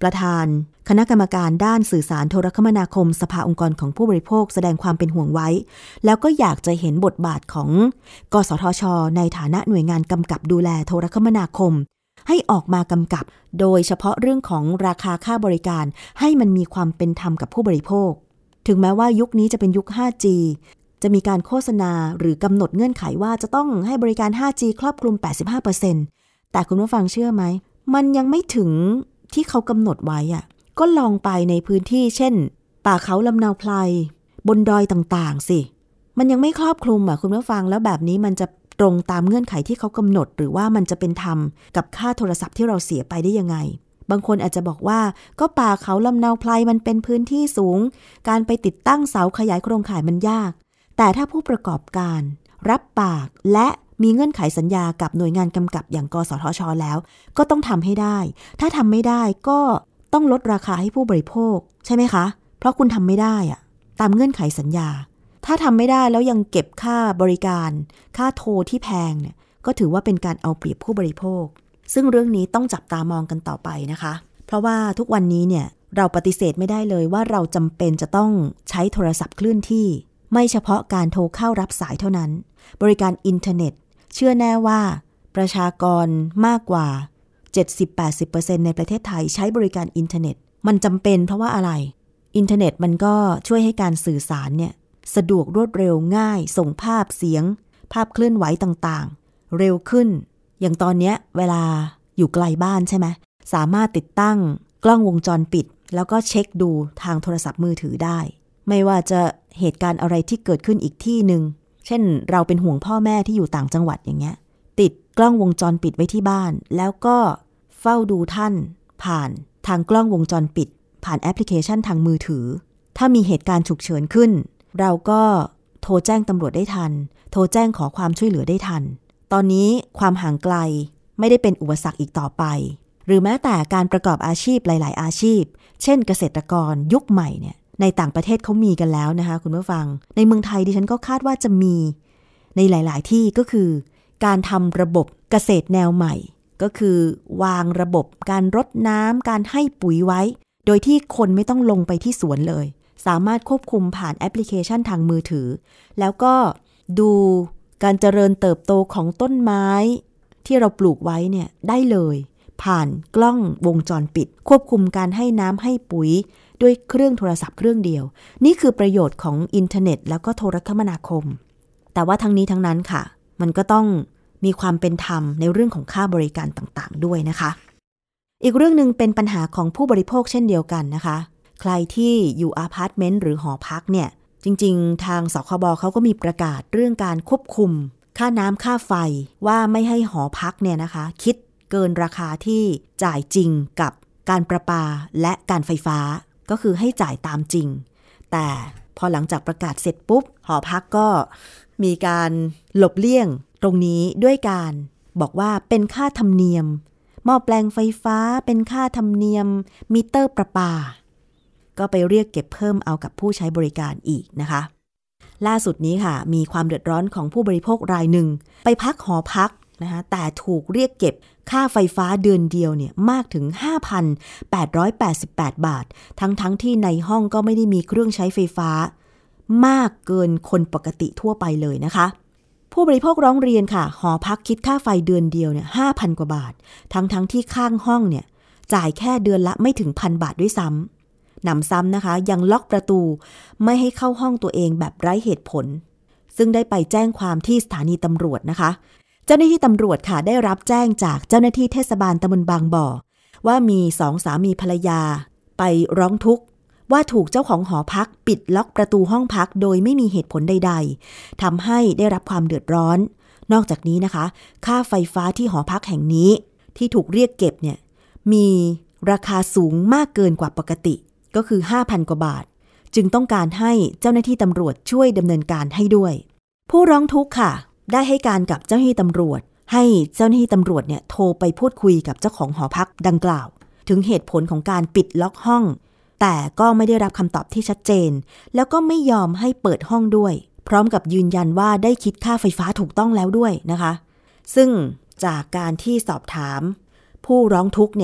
Speaker 2: ประธานคณะกรรมการด้านสื่อสารโทรคมนาคมสภาองค์กรของผู้บริโภคแสดงความเป็นห่วงไว้แล้วก็อยากจะเห็นบทบาทของกสทช.ในฐานะหน่วยงานกำกับดูแลโทรคมนาคมให้ออกมากำกับโดยเฉพาะเรื่องของราคาค่าบริการให้มันมีความเป็นธรรมกับผู้บริโภคถึงแม้ว่ายุคนี้จะเป็นยุค ไฟว์จี จะมีการโฆษณาหรือกำหนดเงื่อนไขว่าจะต้องให้บริการ ไฟว์จี ครอบคลุม แปดสิบห้าเปอร์เซ็นต์ แต่คุณผู้ฟังเชื่อไหมมันยังไม่ถึงที่เขากำหนดไว้อะก็ลองไปในพื้นที่เช่นป่าเขาลำเนาไพรบนดอยต่างๆสิมันยังไม่ครอบคลุมอ่ะคุณผู้ฟังแล้วแบบนี้มันจะตรงตามเงื่อนไขที่เขากำหนดหรือว่ามันจะเป็นธรรมกับค่าโทรศัพท์ที่เราเสียไปได้ยังไงบางคนอาจจะบอกว่าก็ป่าเขาลำเนาไพรมันเป็นพื้นที่สูงการไปติดตั้งเสาขยายโครงข่ายมันยากแต่ถ้าผู้ประกอบการรับปากและมีเงื่อนไขสัญญากับหน่วยงานกำกับอย่างกสทช.แล้วก็ต้องทำให้ได้ถ้าทำไม่ได้ก็ต้องลดราคาให้ผู้บริโภคใช่ไหมคะเพราะคุณทำไม่ได้อะตามเงื่อนไขสัญญาถ้าทำไม่ได้แล้วยังเก็บค่าบริการค่าโทรที่แพงเนี่ยก็ถือว่าเป็นการเอาเปรียบผู้บริโภคซึ่งเรื่องนี้ต้องจับตามองกันต่อไปนะคะเพราะว่าทุกวันนี้เนี่ยเราปฏิเสธไม่ได้เลยว่าเราจำเป็นจะต้องใช้โทรศัพท์เคลื่อนที่ไม่เฉพาะการโทรเข้ารับสายเท่านั้นบริการอินเทอร์เน็ตเชื่อแน่ว่าประชากรมากกว่า เจ็ดสิบถึงแปดสิบเปอร์เซ็นต์ ในประเทศไทยใช้บริการอินเทอร์เน็ตมันจำเป็นเพราะว่าอะไรอินเทอร์เน็ตมันก็ช่วยให้การสื่อสารเนี่ยสะดวกรวดเร็วง่ายส่งภาพเสียงภาพเคลื่อนไหวต่างๆเร็วขึ้นอย่างตอนเนี้ยเวลาอยู่ไกลบ้านใช่ไหมสามารถติดตั้งกล้องวงจรปิดแล้วก็เช็คดูทางโทรศัพท์มือถือได้ไม่ว่าจะเหตุการณ์อะไรที่เกิดขึ้นอีกที่นึงเช่นเราเป็นห่วงพ่อแม่ที่อยู่ต่างจังหวัดอย่างเงี้ยติดกล้องวงจรปิดไว้ที่บ้านแล้วก็เฝ้าดูท่านผ่านทางกล้องวงจรปิดผ่านแอปพลิเคชันทางมือถือถ้ามีเหตุการณ์ฉุกเฉินขึ้นเราก็โทรแจ้งตำรวจได้ทันโทรแจ้งขอความช่วยเหลือได้ทันตอนนี้ความห่างไกลไม่ได้เป็นอุปสรรคอีกต่อไปหรือแม้แต่การประกอบอาชีพหลายๆอาชีพเช่นเกษตรกรยุคใหม่เนี่ยในต่างประเทศเขามีกันแล้วนะคะคุณผู้ฟังในเมืองไทยดิฉันก็คาดว่าจะมีในหลายๆที่ก็คือการทำระบบเกษตรแนวใหม่ก็คือวางระบบการรดน้ำการให้ปุ๋ยไว้โดยที่คนไม่ต้องลงไปที่สวนเลยสามารถควบคุมผ่านแอปพลิเคชันทางมือถือแล้วก็ดูการเจริญเติบโตของต้นไม้ที่เราปลูกไว้เนี่ยได้เลยผ่านกล้องวงจรปิดควบคุมการให้น้ำให้ปุ๋ยด้วยเครื่องโทรศัพท์เครื่องเดียวนี่คือประโยชน์ของอินเทอร์เน็ตแล้วก็โทรคมนาคมแต่ว่าทั้งนี้ทั้งนั้นค่ะมันก็ต้องมีความเป็นธรรมในเรื่องของค่าบริการต่างๆด้วยนะคะอีกเรื่องนึงเป็นปัญหาของผู้บริโภคเช่นเดียวกันนะคะใครที่อยู่อพาร์ตเมนต์หรือหอพักเนี่ยจริงๆทางสคบเขาก็มีประกาศเรื่องการควบคุมค่าน้ำค่าไฟว่าไม่ให้หอพักเนี่ยนะคะคิดเกินราคาที่จ่ายจริงกับการประปาและการไฟฟ้าก็คือให้จ่ายตามจริงแต่พอหลังจากประกาศเสร็จปุ๊บหอพักก็มีการหลบเลี่ยงตรงนี้ด้วยการบอกว่าเป็นค่าธรรมเนียมหม้อแปลงไฟฟ้าเป็นค่าธรรมเนียมมิเตอร์ประปาก็ไปเรียกเก็บเพิ่มเอากับผู้ใช้บริการอีกนะคะล่าสุดนี้ค่ะมีความเดือดร้อนของผู้บริโภครายหนึ่งไปพักหอพักนะคะแต่ถูกเรียกเก็บค่าไฟฟ้าเดือนเดียวเนี่ยมากถึง ห้าพันแปดร้อยแปดสิบแปด บาททั้งๆ ท, ที่ในห้องก็ไม่ได้มีเครื่องใช้ไฟฟ้ามากเกินคนปกติทั่วไปเลยนะคะผู้บริโภคร้องเรียนค่ะหอพักคิดค่าไฟเดือนเดียวเนี่ย ห้าพัน กว่าบาททั้งๆ ท, ที่ข้างห้องเนี่ยจ่ายแค่เดือนละไม่ถึง หนึ่งพัน บาทด้วยซ้ำหนำซ้ำนะคะยังล็อกประตูไม่ให้เข้าห้องตัวเองแบบไร้เหตุผลซึ่งได้ไปแจ้งความที่สถานีตำรวจนะคะเจ้าหน้าที่ตำรวจค่ะได้รับแจ้งจากเจ้าหน้าที่เทศบาลตำบลบางบ่อว่ามีสองสามีภรรยาไปร้องทุกข์ว่าถูกเจ้าของหอพักปิดล็อกประตูห้องพักโดยไม่มีเหตุผลใดๆทำให้ได้รับความเดือดร้อนนอกจากนี้นะคะค่าไฟฟ้าที่หอพักแห่งนี้ที่ถูกเรียกเก็บเนี่ยมีราคาสูงมากเกินกว่าปกติก็คือ ห้าพัน กว่าบาทจึงต้องการให้เจ้าหน้าที่ตำรวจช่วยดำเนินการให้ด้วยผู้ร้องทุกข์ค่ะได้ให้การกับเจ้าหน้าที่ตำรวจให้เจ้าหน้าที่ตำรวจเนี่ยโทรไปพูดคุยกับเจ้าของหอพักดังกล่าวถึงเหตุผลของการปิดล็อกห้องแต่ก็ไม่ได้รับคำตอบที่ชัดเจนแล้วก็ไม่ยอมให้เปิดห้องด้วยพร้อมกับยืนยันว่าได้คิดค่าไฟฟ้าถูกต้องแล้วด้วยนะคะซึ่งจากการที่สอบถามผู้ร้องทุกข์เนี่ย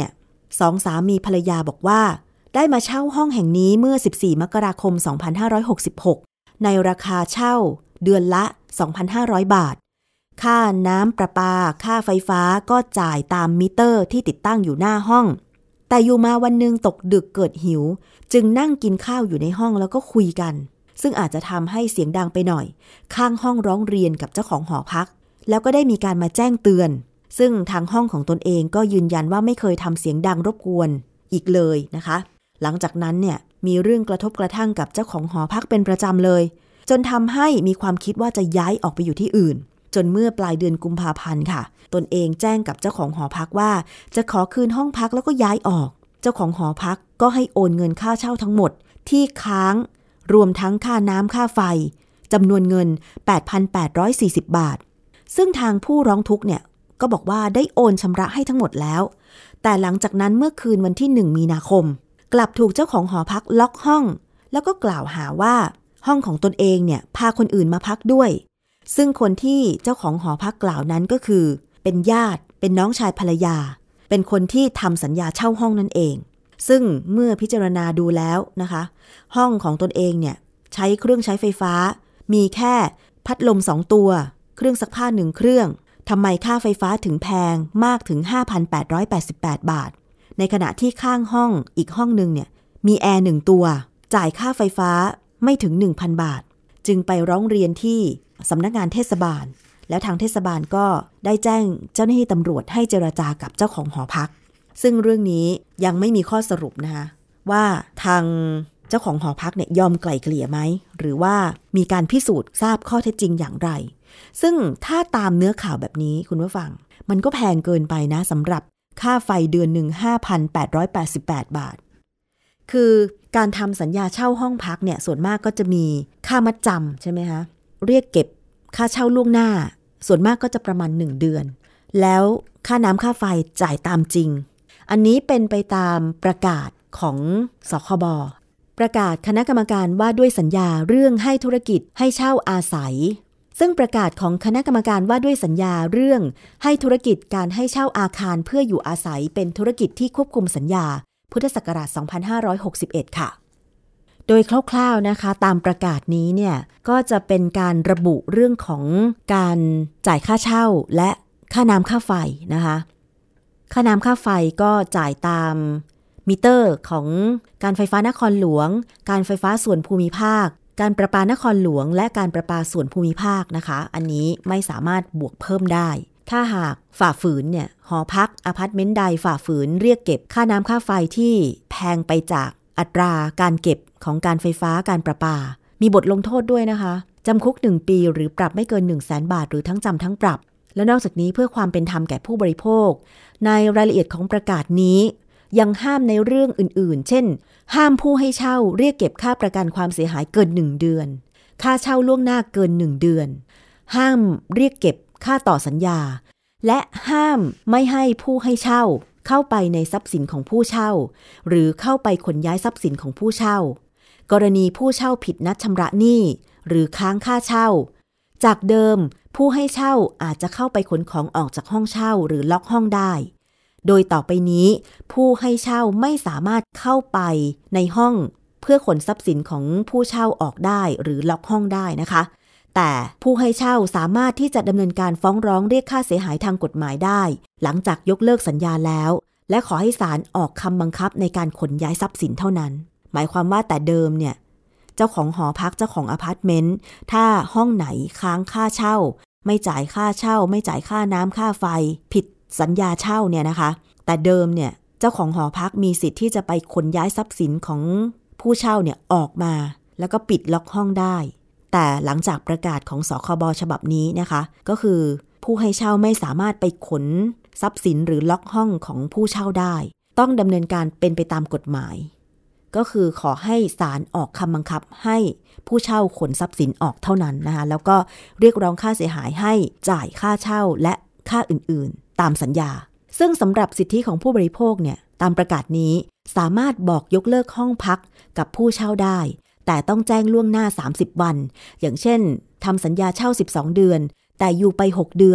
Speaker 2: สองสามีภรรยาบอกว่าได้มาเช่าห้องแห่งนี้เมื่อสิบสี่มกราคมสองพันห้าร้อยหกสิบหกในราคาเช่าเดือนละ สองพันห้าร้อย บาทค่าน้ำประปาค่าไฟฟ้าก็จ่ายตามมิเตอร์ที่ติดตั้งอยู่หน้าห้องแต่อยู่มาวันหนึ่งตกดึกเกิดหิวจึงนั่งกินข้าวอยู่ในห้องแล้วก็คุยกันซึ่งอาจจะทำให้เสียงดังไปหน่อยข้างห้องร้องเรียนกับเจ้าของหอพักแล้วก็ได้มีการมาแจ้งเตือนซึ่งทางห้องของตนเองก็ยืนยันว่าไม่เคยทำเสียงดังรบกวนอีกเลยนะคะหลังจากนั้นเนี่ยมีเรื่องกระทบกระทั่งกับเจ้าของหอพักเป็นประจำเลยจนทำให้มีความคิดว่าจะย้ายออกไปอยู่ที่อื่นจนเมื่อปลายเดือนกุมภาพันธ์ค่ะตนเองแจ้งกับเจ้าของหอพักว่าจะขอคืนห้องพักแล้วก็ย้ายออกเจ้าของหอพักก็ให้โอนเงินค่าเช่าทั้งหมดที่ค้างรวมทั้งค่าน้ำค่าไฟจำนวนเงิน แปดพันแปดร้อยสี่สิบ บาทซึ่งทางผู้ร้องทุกข์เนี่ยก็บอกว่าได้โอนชำระให้ทั้งหมดแล้วแต่หลังจากนั้นเมื่อคืนวันที่หนึ่งมีนาคมกลับถูกเจ้าของหอพักล็อกห้องแล้วก็กล่าวหาว่าห้องของตนเองเนี่ยพาคนอื่นมาพักด้วยซึ่งคนที่เจ้าของหอพักกล่าวนั้นก็คือเป็นญาติเป็นน้องชายภรรยาเป็นคนที่ทำสัญญาเช่าห้องนั่นเองซึ่งเมื่อพิจารณาดูแล้วนะคะห้องของตนเองเนี่ยใช้เครื่องใช้ไฟฟ้ามีแค่พัดลมสองตัวเครื่องซักผ้าหนึ่งเครื่องทำไมค่าไฟฟ้าถึงแพงมากถึง ห้าพันแปดร้อยแปดสิบแปด บาทในขณะที่ข้างห้องอีกห้องนึงเนี่ยมีแอร์หนึ่งตัวจ่ายค่าไฟฟ้าไม่ถึง หนึ่งพัน บาทจึงไปร้องเรียนที่สำนักงานเทศบาลแล้วทางเทศบาลก็ได้แจ้งเจ้าหน้าที่ตำรวจให้เจรจากับเจ้าของหอพักซึ่งเรื่องนี้ยังไม่มีข้อสรุปนะคะว่าทางเจ้าของหอพักเนี่ยยอมไกล่เกลี่ยไหมหรือว่ามีการพิสูจน์ทราบข้อเท็จจริงอย่างไรซึ่งถ้าตามเนื้อข่าวแบบนี้คุณผู้ฟังมันก็แพงเกินไปนะสำหรับค่าไฟเดือนหนึ่ง ห้าพันแปดร้อยแปดสิบแปด บาทคือการทำสัญญาเช่าห้องพักเนี่ยส่วนมากก็จะมีค่ามัดจำใช่ไหมคะเรียกเก็บค่าเช่าล่วงหน้าส่วนมากก็จะประมาณหนึ่งเดือนแล้วค่าน้ำค่าไฟจ่ายตามจริงอันนี้เป็นไปตามประกาศของสคบประกาศคณะกรรมการว่าด้วยสัญญาเรื่องให้ธุรกิจให้เช่าอาศัยซึ่งประกาศของคณะกรรมการว่าด้วยสัญญาเรื่องให้ธุรกิจการให้เช่าอาคารเพื่ออยู่อาศัยเป็นธุรกิจที่ควบคุมสัญญาพุทธศักราชสองพันห้าร้อยหกสิบเอ็ดค่ะโดยคร่าวๆนะคะตามประกาศนี้เนี่ยก็จะเป็นการระบุเรื่องของการจ่ายค่าเช่าและค่าน้ำค่าไฟนะคะค่าน้ำค่าไฟก็จ่ายตามมิเตอร์ของการไฟฟ้านครหลวงการไฟฟ้าส่วนภูมิภาคการประปานครหลวงและการประปาส่วนภูมิภาคนะคะอันนี้ไม่สามารถบวกเพิ่มได้ถ้าหากฝ่าฝืนเนี่ยหอพักอพาร์ตเมนต์ใดฝ่าฝืนเรียกเก็บค่าน้ำค่าไฟที่แพงไปจากอัตราการเก็บของการไฟฟ้าการประปามีบทลงโทษด้วยนะคะจำคุกหนึ่งปีหรือปรับไม่เกิน หนึ่งแสน บาทหรือทั้งจำทั้งปรับและนอกจากนี้เพื่อความเป็นธรรมแก่ผู้บริโภคในรายละเอียดของประกาศนี้ยังห้ามในเรื่องอื่นๆเช่นห้ามผู้ให้เช่าเรียกเก็บค่าประกันความเสียหายเกินหนึ่งเดือนค่าเช่าล่วงหน้าเกินหนึ่งเดือนห้ามเรียกเก็บค่าต่อสัญญาและห้ามไม่ให้ผู้ให้เช่าเข้าไปในทรัพย์สินของผู้เช่าหรือเข้าไปขนย้ายทรัพย์สินของผู้เช่ากรณีผู้เช่าผิดนัดชำระหนี้หรือค้างค่าเช่าจากเดิมผู้ให้เช่าอาจจะเข้าไปขนของออกจากห้องเช่าหรือล็อกห้องได้โดยต่อไปนี้ผู้ให้เช่าไม่สามารถเข้าไปในห้องเพื่อขนทรัพย์สินของผู้เช่าออกได้หรือล็อกห้องได้นะคะแต่ผู้ให้เช่าสามารถที่จะดำเนินการฟ้องร้องเรียกค่าเสียหายทางกฎหมายได้หลังจากยกเลิกสัญญาแล้วและขอให้ศาลออกคำบังคับในการขนย้ายทรัพย์สินเท่านั้นหมายความว่าแต่เดิมเนี่ยเจ้าของหอพักเจ้าของอพาร์ตเมนต์ถ้าห้องไหนค้างค่าเช่าไม่จ่ายค่าเช่าไม่จ่ายค่าน้ำค่าไฟผิดสัญญาเช่าเนี่ยนะคะแต่เดิมเนี่ยเจ้าของหอพักมีสิทธิ์ที่จะไปขนย้ายทรัพย์สินของผู้เช่าเนี่ยออกมาแล้วก็ปิดล็อกห้องได้แต่หลังจากประกาศของสคบฉบับนี้นะคะก็คือผู้ให้เช่าไม่สามารถไปขนทรัพย์สินหรือล็อกห้องของผู้เช่าได้ต้องดำเนินการเป็นไปตามกฎหมายก็คือขอให้ศาลออกคำบังคับให้ผู้เช่าขนทรัพย์สินออกเท่านั้นนะคะแล้วก็เรียกร้องค่าเสียหายให้จ่ายค่าเช่าและค่าอื่นๆตามสัญญาซึ่งสำหรับสิทธิของผู้บริโภคเนี่ยตามประกาศนี้สามารถบอกยกเลิกห้องพักกับผู้เช่าได้แต่ต้องแจ้งล่วงหน้าสามสิบวันอย่างเช่นทำสัญญาเช่าสิบสองเดือนแต่อยู่ไปหกเดือน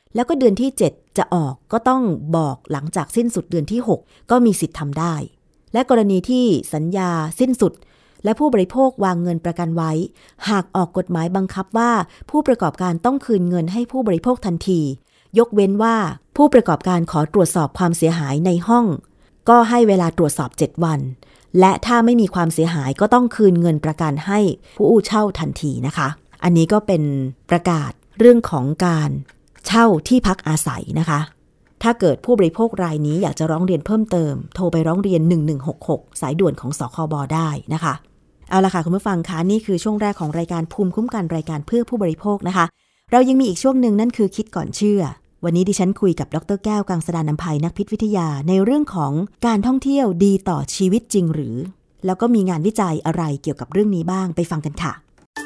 Speaker 2: แล้วก็เดือนที่เจ็ดจะออกก็ต้องบอกหลังจากสิ้นสุดเดือนที่หกก็มีสิทธิ์ทำได้และกรณีที่สัญญาสิ้นสุดและผู้บริโภควางเงินประกันไว้หากออกกฎหมายบังคับว่าผู้ประกอบการต้องคืนเงินให้ผู้บริโภคทันทียกเว้นว่าผู้ประกอบการขอตรวจสอบความเสียหายในห้องก็ให้เวลาตรวจสอบเจ็ดวันและถ้าไม่มีความเสียหายก็ต้องคืนเงินประกันให้ผู้เช่าทันทีนะคะอันนี้ก็เป็นประกาศเรื่องของการเช่าที่พักอาศัยนะคะถ้าเกิดผู้บริโภครายนี้อยากจะร้องเรียนเพิ่มเติมโทรไปร้องเรียนหนึ่งหนึ่งหกหกสายด่วนของสคบได้นะคะเอาล่ะค่ะคุณผู้ฟังคะนี่คือช่วงแรกของรายการภูมิคุ้มกันรายการเพื่อผู้บริโภคนะคะเรายังมีอีกช่วงหนึ่งนั่นคือคิดก่อนเชื่อวันนี้ดิฉันคุยกับดร.แก้วกังสดาลอำไพนักพิษวิทยาในเรื่องของการท่องเที่ยวดีต่อชีวิตจริงหรือแล้วก็มีงานวิจัยอะไรเกี่ยวกับเรื่องนี้บ้างไปฟังกันค่ะ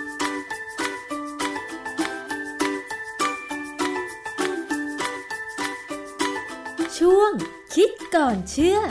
Speaker 7: ช่วงคิดก่อนเชื่อ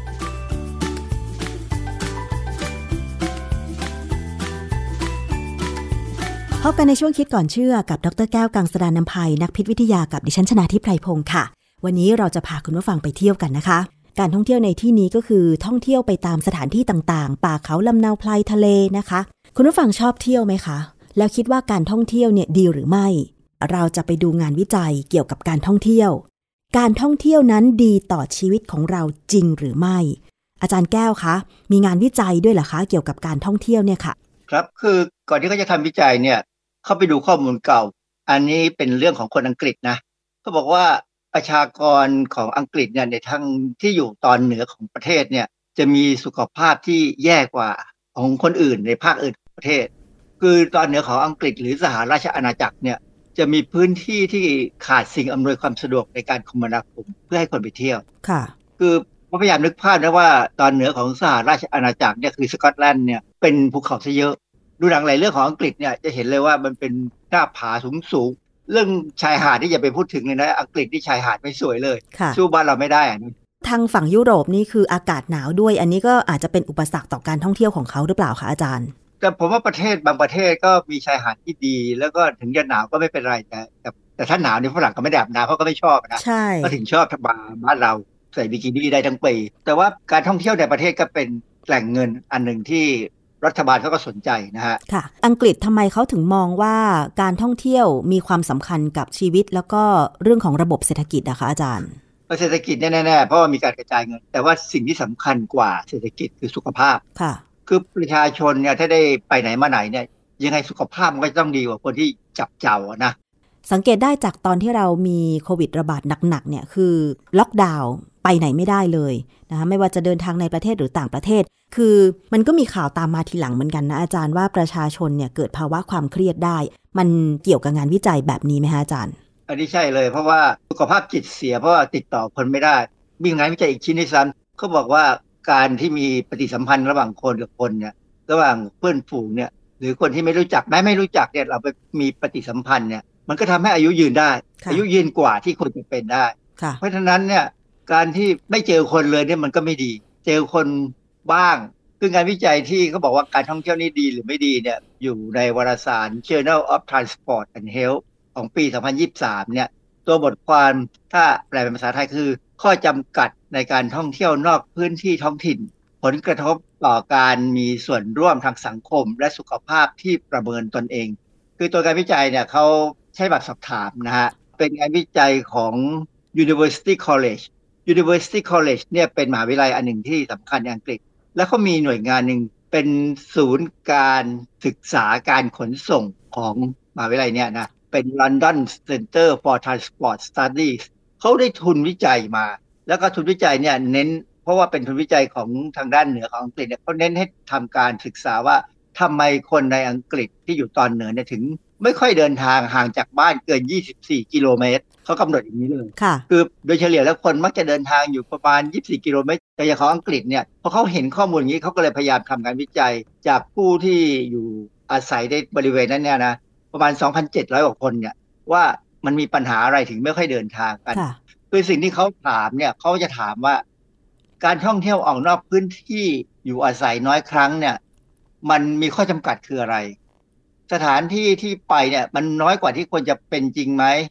Speaker 2: พบกันในช่วงคิดก่อนเชื่อกับดร.แก้วกังสดาลอำไพนักพิษวิทยากับดิฉันชนาธิปไพพงศ์ค่ะวันนี้เราจะพาคุณผู้ฟังไปเที่ยวกันนะคะการท่องเที่ยวในที่นี้ก็คือท่องเที่ยวไปตามสถานที่ต่างๆป่าเขาลำเนาไพรทะเลนะคะคุณผู้ฟังชอบเที่ยวไหมคะแล้วคิดว่าการท่องเที่ยวเนี่ยดีหรือไม่เราจะไปดูงานวิจัยเกี่ยวกับการท่องเที่ยวการท่องเที่ยวนั้นดีต่อชีวิตของเราจริงหรือไม่อาจารย์แก้วคะมีงานวิจัยด้วยเหรอคะเกี่ยวกับการท่องเที่ยวเนี่ยค่ะ
Speaker 8: ครับคือก่อนที่เขาจะทำวิจัยเนี่ยเข้าไปดูข้อมูลเก่าอันนี้เป็นเรื่องของคนอังกฤษนะเขาบอกว่าประชากรของอังกฤษเนี่ยในทางที่อยู่ตอนเหนือของประเทศเนี่ยจะมีสุขภาพที่แย่กว่าของคนอื่นในภาคอื่นของประเทศคือตอนเหนือของอังกฤษหรือสหราชอาณาจักรเนี่ยจะมีพื้นที่ที่ขาดสิ่งอำนวยความสะดวกในการคมนาคมเพื่อให้คนไปเที่ยว
Speaker 2: ค่ะ
Speaker 8: คือพยายามนึกภาพนะว่าตอนเหนือของสหราชอาณาจักรเนี่ยคือสกอตแลนด์เนี่ยเป็นภูเขาซะเยอะดูหนังหลายเรื่องของอังกฤษเนี่ยจะเห็นเลยว่ามันเป็นหน้าผาสูงๆเรื่องชายหาดที่อย่าไปพูดถึงเลยนะอังกฤษที่ชายหาดไม่สวยเลยสู้บ้านเราไม่ได้อ่ะ
Speaker 2: ทางฝั่งยุโรปนี่คืออากาศหนาวด้วยอันนี้ก็อาจจะเป็นอุปสรรคต่อการท่องเที่ยวของเขาหรือเปล่าคะอาจารย์
Speaker 8: แต่ผมว่าประเทศบางประเทศก็มีชายหาดที่ดีแล้วก็ถึงจะหนาวก็ไม่เป็นไรแต่แต่แต่ถ้าหนาวนี่ฝรั่งก็ไม่ได้อาบน้ำเขาก็ไม่ชอบนะก็ถึงชอบทบาบ้านเราใส่บิกินี่ได้ทั้งปีแต่ว่าการท่องเที่ยวในประเทศก็เป็นแหล่งเงินอันหนึ่งที่รัฐบาลเขาก็สนใจนะฮะ
Speaker 2: ค่ะอังกฤษทำไมเขาถึงมองว่าการท่องเที่ยวมีความสำคัญกับชีวิตแล้วก็เรื่องของระบบเศรษฐกิจนะคะอาจารย์
Speaker 8: เศรษฐกิจแน่ๆเพราะว่ามีการกระจายเงินแต่ว่าสิ่งที่สำคัญกว่าเศรษฐกิจคือสุขภาพ
Speaker 2: ค่ะ
Speaker 8: คือประชาชนเนี่ยถ้าได้ไปไหนมาไหนเนี่ยยังไงสุขภาพมันก็ต้องดีกว่าคนที่จับเจ้านะ
Speaker 2: สังเกตได้จากตอนที่เรามีโควิดระบาดหนักๆเนี่ยคือล็อกดาวน์ไปไหนไม่ได้เลยนะคะไม่ว่าจะเดินทางในประเทศหรือต่างประเทศคือมันก็มีข่าวตามมาทีหลังเหมือนกันนะอาจารย์ว่าประชาชนเนี่ยเกิดภาวะความเครียดได้มันเกี่ยวกับงานวิจัยแบบนี้ไหมคะอาจารย์
Speaker 8: อันนี้ใช่เลยเพราะว่าสุขภาพจิตเสียเพราะว่าติดต่อคนไม่ได้มีงานวิจัยอีกชิ้นที่ซ้ำเขาบอกว่าการที่มีปฏิสัมพันธ์ระหว่างคนกับคนเนี่ยระหว่างเพื่อนฝูงเนี่ยหรือคนที่ไม่รู้จักแม้ไม่รู้จักเนี่ยเราไปมีปฏิสัมพันธ์เนี่ยมันก็ทำให้อายุยืนได้อายุยืนกว่าที่คนจะเป็นได้เพราะฉะนั้นเนี่ยการที่ไม่เจอคนเลยเนี่ยมันก็ไม่ดีเจอคนบ้างคืองานวิจัยที่เขาบอกว่าการท่องเที่ยวนี่ดีหรือไม่ดีเนี่ยอยู่ในวารสาร Journal of Transport and Health ของปีสองพันยี่สิบสามเนี่ยตัวบทความถ้าแปลเป็นภาษาไทยคือข้อจำกัดในการท่องเที่ยวนอกพื้นที่ท้องถิ่นผลกระทบต่อการมีส่วนร่วมทางสังคมและสุขภาพที่ประเมินตนเองคือตัวการวิจัยเนี่ยเขาใช้แบบสอบถามนะฮะเป็นงานวิจัยของ University College University College เนี่ยเป็นมหาวิทยาลัยอันหนึ่งที่สำคัญในอังกฤษแล้วเขามีหน่วยงานหนึ่งเป็นศูนย์การศึกษาการขนส่งของมหาวิทยาลัยเนี่ยนะเป็น London Center for Transport Studies เขาได้ทุนวิจัยมาแล้วก็ทุนวิจัยเนี่ยเน้นเพราะว่าเป็นทุนวิจัยของทางด้านเหนือของอังกฤษเนี่ยเขาเน้นให้ทำการศึกษาว่าทำไมคนในอังกฤษที่อยู่ตอนเหนือเนี่ยถึงไม่ค่อยเดินทางห่างจากบ้านเกินยี่สิบสี่กิโลเมตรเขากำหนดอย่างนี้เลยคือโดยเฉลี่ยแล้วคนมักจะเดินทางอยู่ประมาณยี่สิบสี่กิโลเมตรแต่อย่างของอังกฤษเนี่ยพอเขาเห็นข้อมูลอย่างนี้เขาก็เลยพยายามทำการวิจัยจากผู้ที่อยู่อาศัยในบริเวณนั้นเนี่ยนะประมาณ สองพันเจ็ดร้อย กว่าคนเนี่ยว่ามันมีปัญหาอะไรถึงไม่ค่อยเดินทางกันคือสิ่งที่เขาถามเนี่ยเขาจะถามว่าการท่องเที่ยวออกนอกพื้นที่อยู่อาศัยน้อยครั้งเนี่ยมันมีข้อจำกัดคืออะไรสถานที่ที่ไปเนี่ยมันน้อยกว่าที่ควรจะเป็นจริงไหม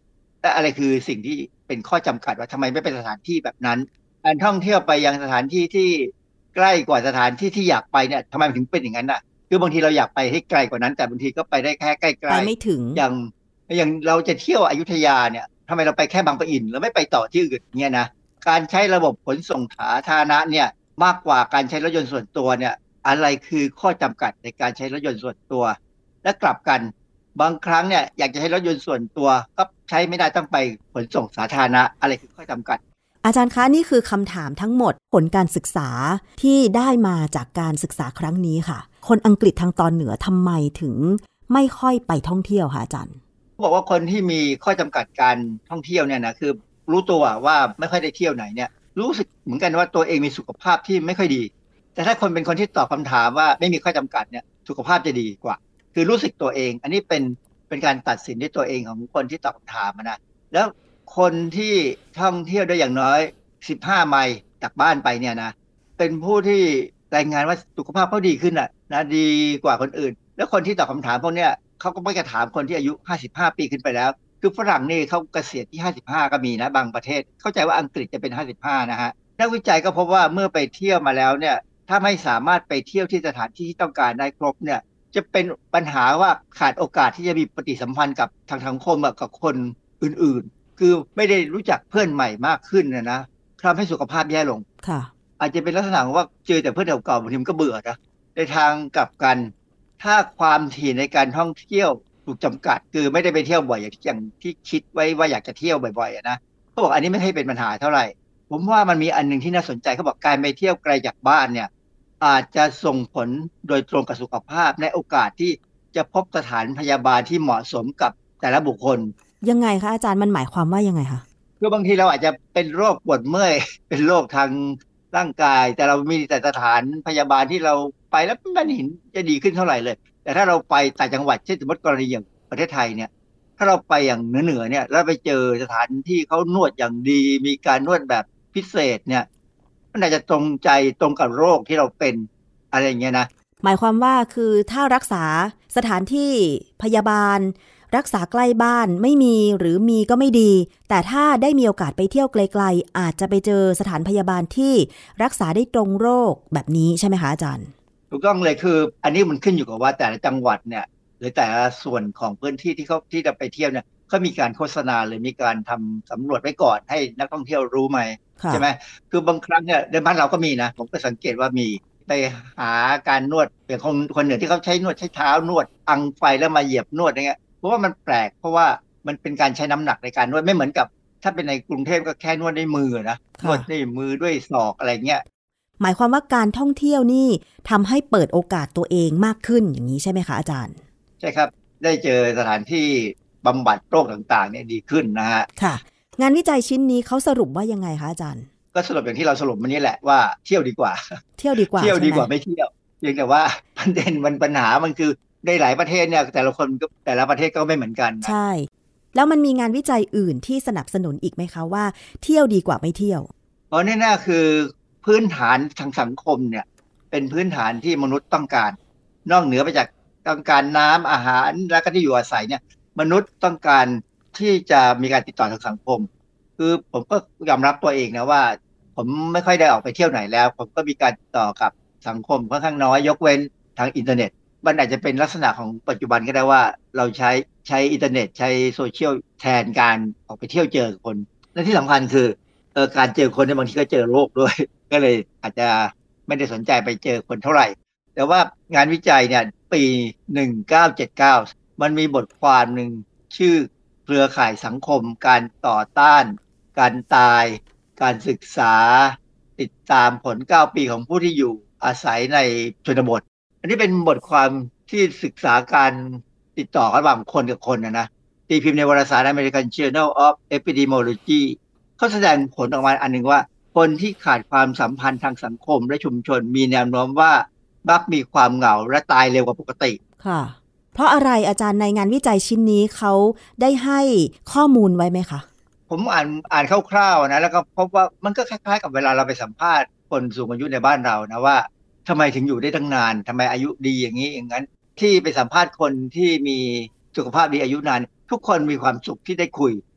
Speaker 8: แต่อะไรคือสิ่งที่เป็นข้อจำกัดว่าทำไมไม่เป็นสถานที่แบบนั้นการท่องเที่ยวไปยังสถานที่ที่ใกล้กว่าสถานที่ที่อยากไปเนี่ยทำไมมันถึงเป็นอย่างนั้นอ่ะคือบางทีเราอยากไปให้ไกลกว่านั้นแต่บางทีก็ไปได้แค่ใกล้ๆ
Speaker 2: ไปไม่ถึง
Speaker 8: อย่างอย่างเราจะเที่ยวอยุธยาเนี่ยทำไมเราไปแค่บางปะอินเราไม่ไปต่อที่อื่นเนี่ยนะการใช้ระบบขนส่งสาธารณะเนี่ยมากกว่าการใช้รถยนต์ส่วนตัวเนี่ยอะไรคือข้อจำกัดในการใช้รถยนต์ส่วนตัวและกลับกันบางครั้งเนี่ยอยากจะใช้รถยนต์ส่วนตัวก็ใช้ไม่ได้ต้องไปขนส่งสาธารณะอะไรคือข้อจำกัด
Speaker 2: อาจารย์คะนี่คือคำถามทั้งหมดผลการศึกษาที่ได้มาจากการศึกษาครั้งนี้ค่ะคนอังกฤษทางตอนเหนือทำไมถึงไม่ค่อยไปท่องเที่ยวคะอาจารย์
Speaker 8: บอกว่าคนที่มีข้อจำกัดการท่องเที่ยวเนี่ยนะคือรู้ตัวว่าไม่ค่อยได้เที่ยวไหนเนี่ยรู้สึกเหมือนกันว่าตัวเองมีสุขภาพที่ไม่ค่อยดีแต่ถ้าคนเป็นคนที่ตอบคำถามว่าไม่มีข้อจำกัดเนี่ยสุขภาพจะดีกว่าคือรู้สึกตัวเองอันนี้เป็นเป็นการตัดสินด้วยตัวเองของคนที่ตอบคำถามนะแล้วคนที่ท่องเที่ยวได้อย่างน้อยสิบห้าไมล์จากบ้านไปเนี่ยนะเป็นผู้ที่รายงานว่าสุขภาพเขาดีขึ้นอ่ะนะดีกว่าคนอื่นแล้วคนที่ตอบคำถามพวกเนี้ยเขาก็ไม่จะถามคนที่อายุห้าสิบห้าปีขึ้นไปแล้วคือฝรั่งนี่เขาเกษียณที่ห้าสิบห้าก็มีนะบางประเทศเข้าใจว่าอังกฤษจะเป็นห้าสิบห้านะฮะนักวิจัยก็พบว่าเมื่อไปเที่ยวมาแล้วเนี่ยถ้าไม่สามารถไปเที่ยวที่สถานที่ที่ต้องการได้ครบเนี่ยจะเป็นปัญหาว่าขาดโอกาสที่จะมีปฏิสัมพันธ์กับทางสังคมกับคนอื่นๆคือไม่ได้รู้จักเพื่อนใหม่มากขึ้นนะนะทำให้สุขภาพแย่ลง
Speaker 2: ค่ะ
Speaker 8: อาจจะเป็นลักษณะว่าเจอแต่เพื่อนเก่าๆบางทีมันก็เบื่อนะในทางกลับกันถ้าความถี่ในการท่องเที่ยวถูกจำกัดคือไม่ได้ไปเที่ยวบ่อยอย่างที่อย่างที่คิดไว้ว่าอยากจะเที่ยวบ่อยๆนะเขาบอกอันนี้ไม่ให้เป็นปัญหาเท่าไหร่ผมว่ามันมีอันนึงที่น่าสนใจเขาบอกการไปเที่ยวไกลจากบ้านเนี่ยอาจจะส่งผลโดยตรงกับสุขภาพในโอกาสที่จะพบสถานพยาบาลที่เหมาะสมกับแต่ละบุคคล
Speaker 2: ยังไงคะอาจารย์มันหมายความว่ายังไงคะ
Speaker 8: คือบางทีเราอาจจะเป็นโรคปวดเมื่อยเป็นโรคทางร่างกายแต่เรามีแต่สถานพยาบาลที่เราไปแล้วไม่เห็นจะดีขึ้นเท่าไหร่เลยแต่ถ้าเราไปต่างจังหวัดเช่นสมมติกรณีอย่างประเทศไทยเนี่ยถ้าเราไปอย่างเหนือๆเนี่ยแล้วไปเจอสถานที่เขานวดอย่างดีมีการนวดแบบพิเศษเนี่ยมันอาจจะตรงใจตรงกับโรคที่เราเป็นอะไรอย่างเงี้ยนะ
Speaker 2: หมายความว่าคือถ้ารักษาสถานที่พยาบาลรักษาใกล้บ้านไม่มีหรือมีก็ไม่ดีแต่ถ้าได้มีโอกาสไปเที่ยวไกลๆอาจจะไปเจอสถานพยาบาลที่รักษาได้ตรงโรคแบบนี้ใช่ไหมคะอาจารย์
Speaker 8: ถูกต้องเลยคืออันนี้มันขึ้นอยู่กับว่าแต่ละจังหวัดเนี่ยหรือแต่ละส่วนของพื้นที่ที่เขาที่จะไปเที่ยวเนี่ยเขามีการโฆษณาหรือมีการทำสำรวจไว้ก่อนให้นักท่องเที่ยวรู้ไหมใช่ไหมคือบางครั้งเนี่ยในบ้านเราก็มีนะผมก็สังเกตว่ามีไปหาการนวดอย่างคนคนเหนือที่เขาใช้นวดใช้เท้านวดอังไฟแล้วมาเหยียบนวดอย่างเงี้ยเพราะว่ามันแปลกเพราะว่ามันเป็นการใช้น้ำหนักในการนวดไม่เหมือนกับถ้าเป็นในกรุงเทพก็แค่นวดด้วยมือนะนวดด้วยมือด้วยศอกอะไรเงี้ย
Speaker 2: หมายความว่าการท่องเที่ยวนี่ทำให้เปิดโอกาสตัวเองมากขึ้นอย่างนี้ใช่ไหมคะอาจารย์
Speaker 8: ใช่ครับได้เจอสถานที่บำบัดโรคต่างๆเนี่ยดีขึ้นนะฮะ
Speaker 2: ค่ะงานวิจัยชิ้นนี้เขาสรุปว่ายังไงคะอาจารย์
Speaker 8: ก็สรุปอย่างที่เราสรุปวันนี้แหละว่าเที่ยวดีกว่า
Speaker 2: เที่ยวดีกว่า
Speaker 8: เที่ยวดีกว่าไม่เที่ยวเพียงแต่ว่าประเด็นมันปัญหามันคือในหลายประเทศเนี่ยแต่ละคนก็แต่ละประเทศก็ไม่เหมือนกัน
Speaker 2: ใช่แล้วมันมีงานวิจัยอื่นที่สนับสนุนอีกไหมคะว่าเที่ยวดีกว่าไม่เที่ยว
Speaker 8: อ๋อแน่ๆคือพื้นฐานทางสังคมเนี่ยเป็นพื้นฐานที่มนุษย์ต้องการนอกเหนือไปจากต้องการน้ำอาหารและก็ที่อยู่อาศัยเนี่ยมนุษย์ต้องการที่จะมีการติดต่อทางสังคมคือผมก็ยอมรับตัวเองนะว่าผมไม่ค่อยได้ออกไปเที่ยวไหนแล้วผมก็มีการติดต่อกับสังคมค่อนข้างน้อยยกเว้นทางอินเทอร์เน็ตมันอาจจะเป็นลักษณะของปัจจุบันก็ได้ว่าเราใช้ใช้อินเทอร์เน็ตใช้โซเชียลแทนการออกไปเที่ยวเจอคนและที่สำคัญคือเออการเจอคนในบางทีก็เจอโรคด้วยก็เลยอาจจะไม่ได้สนใจไปเจอคนเท่าไหร่แต่ว่างานวิจัยเนี่ยปีหนึ่งเก้าเจ็ดเก้ามันมีบทความหนึ่งชื่อเครือข่ายสังคมการต่อต้านการตายการศึกษาติดตามผลเก้าปีของผู้ที่อยู่อาศัยในชนบทอันนี้เป็นบทความที่ศึกษาการติดต่อระหว่างคนกับคนนะนะตีพิมพ์ในวารสาร American Journal of Epidemiology เขาแสดงผลออกมาอันหนึ่งว่าคนที่ขาดความสัมพันธ์ทางสังคมและชุมชนมีแนวโน้มว่ามักมีความเหงาและตายเร็วกว่าปกติ
Speaker 2: ค่ะเพราะอะไรอาจารย์ในงานวิจัยชิ้นนี้เขาได้ให้ข้อมูลไว้ไหมคะ
Speaker 8: ผมอ่านอ่านคร่าวๆนะแล้วก็พบว่ามันก็คล้ายๆกับเวลาเราไปสัมภาษณ์คนสูงอายุในบ้านเรานะว่าทำไมถึงอยู่ได้ตั้งนานทำไมอายุดีอย่างนี้อย่างนั้นที่ไปสัมภาษณ์คนที่มีสุขภาพดีอายุนานทุกคนมีความสุขที่ได้คุย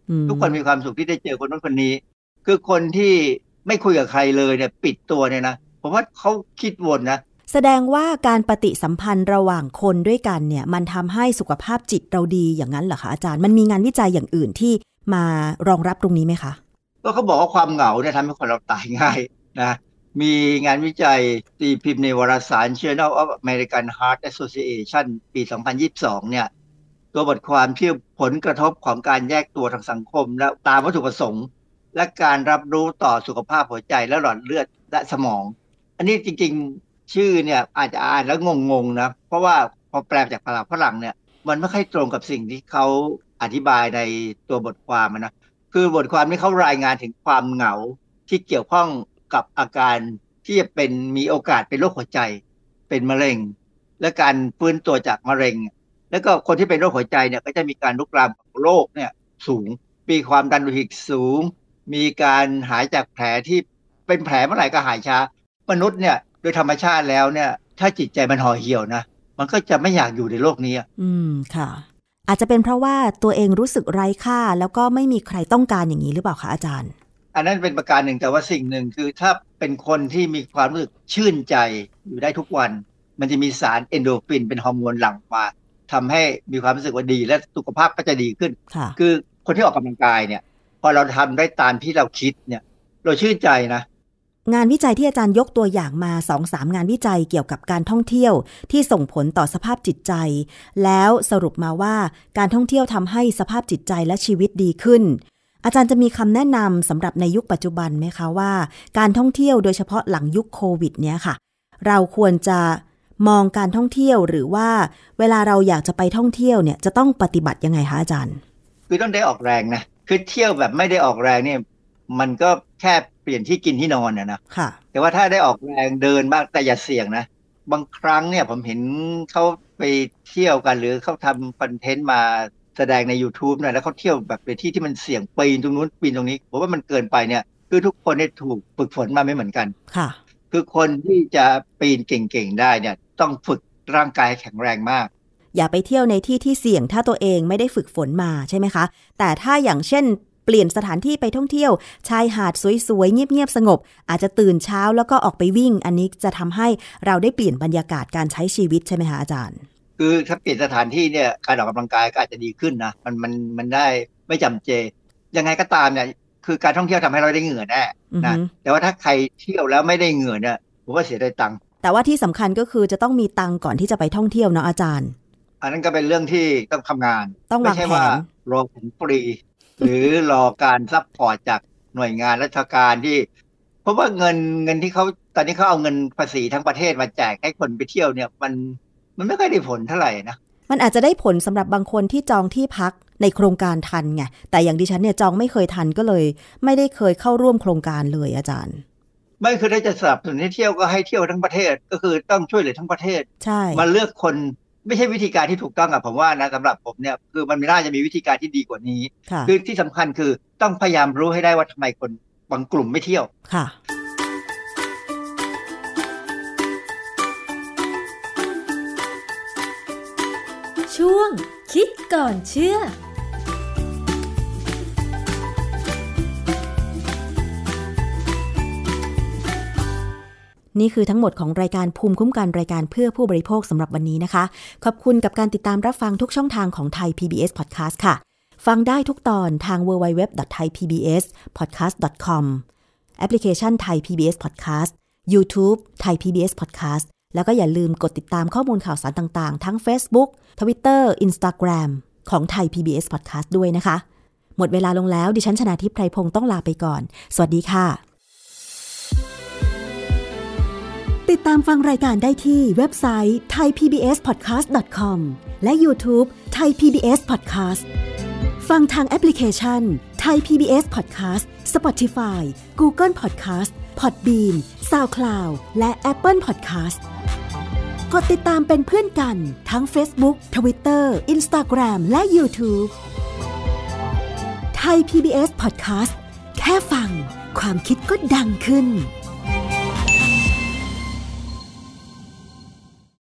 Speaker 8: ทุกคนมีความสุขที่ได้เจอคนนั้นคนนี้คือคนที่ไม่คุยกับใครเลยเนี่ยปิดตัวเนี่ยนะผมว่าเขาคิดวนนะ
Speaker 2: แสดงว่าการปฏิสัมพันธ์ระหว่างคนด้วยกันเนี่ยมันทำให้สุขภาพจิตเราดีอย่างนั้นเหรอคะอาจารย์มันมีงานวิจัยอย่างอื่นที่มารองรับตรงนี้ไหมคะ
Speaker 8: ก็เขาบอกว่าความเหงาเนี่ยทำให้คนเราตายง่ายนะมีงานวิจัยตีพิมพ์ในวารสาร Journal of American Heart Association ปี สองพันยี่สิบสอง เนี่ยตัวบทความชื่อผลกระทบของการแยกตัวทางสังคมและตามวัตถุประสงค์และการรับรู้ต่อสุขภาพหัวใจและหลอดเลือดและสมองอันนี้จริงๆชื่อเนี่ยอาจจะอ่านแล้วงงๆนะเพราะว่าพอแปลจากภาษาฝรั่งเนี่ยมันไม่ค่อยตรงกับสิ่งที่เขาอธิบายในตัวบทความนะคือบทความนี้เขารายงานถึงความเหงาที่เกี่ยวข้องกับอาการที่จะเป็นมีโอกาสเป็นโรคหัวใจเป็นมะเร็งและการฟื้นตัวจากมะเร็งแล้วก็คนที่เป็นโรคหัวใจเนี่ยก็จะมีการลุกลามของโรคเนี่ยสูงมีความดันโลหิตสูงมีการหายจากแผลที่เป็นแผลเมื่อไหร่ก็หายช้ามนุษย์เนี่ยโดยธรรมชาติแล้วเนี่ยถ้าจิตใจมันห่อเหี่ยวนะมันก็จะไม่อยากอยู่ในโลกนี้
Speaker 2: อืมค่ะอาจจะเป็นเพราะว่าตัวเองรู้สึกไร้ค่าแล้วก็ไม่มีใครต้องการอย่างนี้หรือเปล่าคะอาจารย์
Speaker 8: อันนั้นเป็นประการหนึ่งแต่ว่าสิ่งหนึ่งคือถ้าเป็นคนที่มีความรู้สึกชื่นใจอยู่ได้ทุกวันมันจะมีสารเอนโดรฟินเป็นฮอร์โมนหลั่งมาทำให้มีความรู้สึกว่าดีและสุขภาพก็จะดีขึ้นคือคนที่ออกกำลังกายเนี่ยพอเราทำได้ตามที่เราคิดเนี่ยเราชื่นใจนะ
Speaker 2: งานวิจัยที่อาจารย์ยกตัวอย่างมา สองถึงสาม งานวิจัยเกี่ยวกับการท่องเที่ยวที่ส่งผลต่อสภาพจิตใจแล้วสรุปมาว่าการท่องเที่ยวทำให้สภาพจิตใจและชีวิตดีขึ้นอาจารย์จะมีคำแนะนำสำหรับในยุคปัจจุบันไหมคะว่าการท่องเที่ยวโดยเฉพาะหลังยุคโควิดเนี้ยค่ะเราควรจะมองการท่องเที่ยวหรือว่าเวลาเราอยากจะไปท่องเที่ยวเนี่ยจะต้องปฏิบัติยังไงคะอาจารย์
Speaker 8: คือต้องได้ออกแรงนะคือเที่ยวแบบไม่ได้ออกแรงเนี่ยมันก็แค่เปลี่ยนที่กินที่นอนนะนะ
Speaker 2: ค่ะ
Speaker 8: แต่ว่าถ้าได้ออกแรงเดินบ้างแต่อย่าเสี่ยงนะบางครั้งเนี่ยผมเห็นเขาไปเที่ยวกันหรือเขาทำคอนเทนต์มาแสดงใน YouTube นะแล้วเขาเที่ยวแบบไปที่ที่มันเสี่ยงปีนตรงนู้นปีนตรงนี้ผมว่ามันเกินไปเนี่ยคือทุกคนเนี่ยถูกฝึกฝนมาไม่เหมือนกัน
Speaker 2: ค่ะ
Speaker 8: คือคนที่จะปีนเก่งๆได้เนี่ยต้องฝึกร่างกายแข็งแรงมาก
Speaker 2: อย่าไปเที่ยวในที่ที่เสี่ยงถ้าตัวเองไม่ได้ฝึกฝนมาใช่ไหมคะแต่ถ้าอย่างเช่นเปลี่ยนสถานที่ไปท่องเที่ยวชายหาดสวยๆเงียบๆสงบอาจจะตื่นเช้าแล้วก็ออกไปวิ่งอันนี้จะทำให้เราได้เปลี่ยนบรรยากาศการใช้ชีวิตใช่ไหมคะอาจารย์
Speaker 8: คือถ้าเปลี่ยนสถานที่เนี่ยการออกกำลังกายก็อาจจะดีขึ้นนะมันมันมันได้ไม่จำเจยังไงก็ตามเนี่ยคือการท่องเที่ยวทำให้เราได้เหงื่อแน่นะแต่ว่าถ้าใครเที่ยวแล้วไม่ได้เหงื่อเนี่ยผมว่าเสียดายตังค์
Speaker 2: แต่ว่าที่สำคัญก็คือจะต้องมีตังค์ก่อนที่จะไปท่องเที่ยวเนาะอาจารย์
Speaker 8: อันนั้นก็เป็นเรื่องที่ต้องทำงาน
Speaker 2: ต้องวางแผน
Speaker 8: ไม่ใช่ว่ารอผลฟรีหรือรอการซัพพอร์ตจากหน่วยงานราชการที่เพราะว่าเงินเงินที่เขาตอนนี้เขาเอาเงินภาษีทั้งประเทศมาแจกให้คนไปเที่ยวเนี่ยมันมันไม่ค่อยได้ผลเท่าไหร่นะ
Speaker 2: มันอาจจะได้ผลสำหรับบางคนที่จองที่พักในโครงการทันไงแต่อย่างดิฉันเนี่ยจองไม่เคยทันก็เลยไม่ได้เคยเข้าร่วมโครงการเลยอาจารย์
Speaker 8: ไม่คือถ้าจะสนับสนุนให้เที่ยวก็ให้เที่ยวทั้งประเทศก็คือต้องช่วยเหลือทั้งประเทศ
Speaker 2: ใช่
Speaker 8: มาเลือกคนไม่ใช่วิธีการที่ถูกต้องอ่ะผมว่านะสำหรับผมเนี่ยคือมันไม่น่าจะมีวิธีการที่ดีกว่านี้คือที่สำคัญคือต้องพยายามรู้ให้ได้ว่าทำไมคนบางกลุ่มไม่เที่ยว
Speaker 2: ค่ะ
Speaker 7: ช่วงคิดก่อนเชื่อ
Speaker 2: นี่คือทั้งหมดของรายการภูมิคุ้มกันรายการเพื่อผู้บริโภคสำหรับวันนี้นะคะขอบคุณกับการติดตามรับฟังทุกช่องทางของไทย พี บี เอส Podcast ค่ะฟังได้ทุกตอนทาง ดับเบิลยู ดับเบิลยู ดับเบิลยู ดอท ไทย พี บี เอส พอดแคสต์ ดอท คอม แอปพลิเคชัน Thai พี บี เอส Podcast YouTube Thai พี บี เอส Podcast แล้วก็อย่าลืมกดติดตามข้อมูลข่าวสารต่างๆทั้ง Facebook Twitter Instagram ของ Thai พี บี เอส Podcast ด้วยนะคะหมดเวลาลงแล้วดิฉันชนาทิพย์ไพรพงศ์ต้องลาไปก่อนสวัสดีค่ะติดตามฟังรายการได้ที่เว็บไซต์ ไทย พี บี เอส พอดแคสต์ ดอท คอม และ YouTube Thai พี บี เอส Podcast ฟังทางแอปพลิเคชัน Thai พี บี เอส Podcast Spotify Google Podcast Podbean SoundCloud และ Apple Podcast กดติดตามเป็นเพื่อนกันทั้ง Facebook Twitter Instagram และ YouTube Thai พี บี เอส Podcast แค่ฟังความคิดก็ดังขึ้น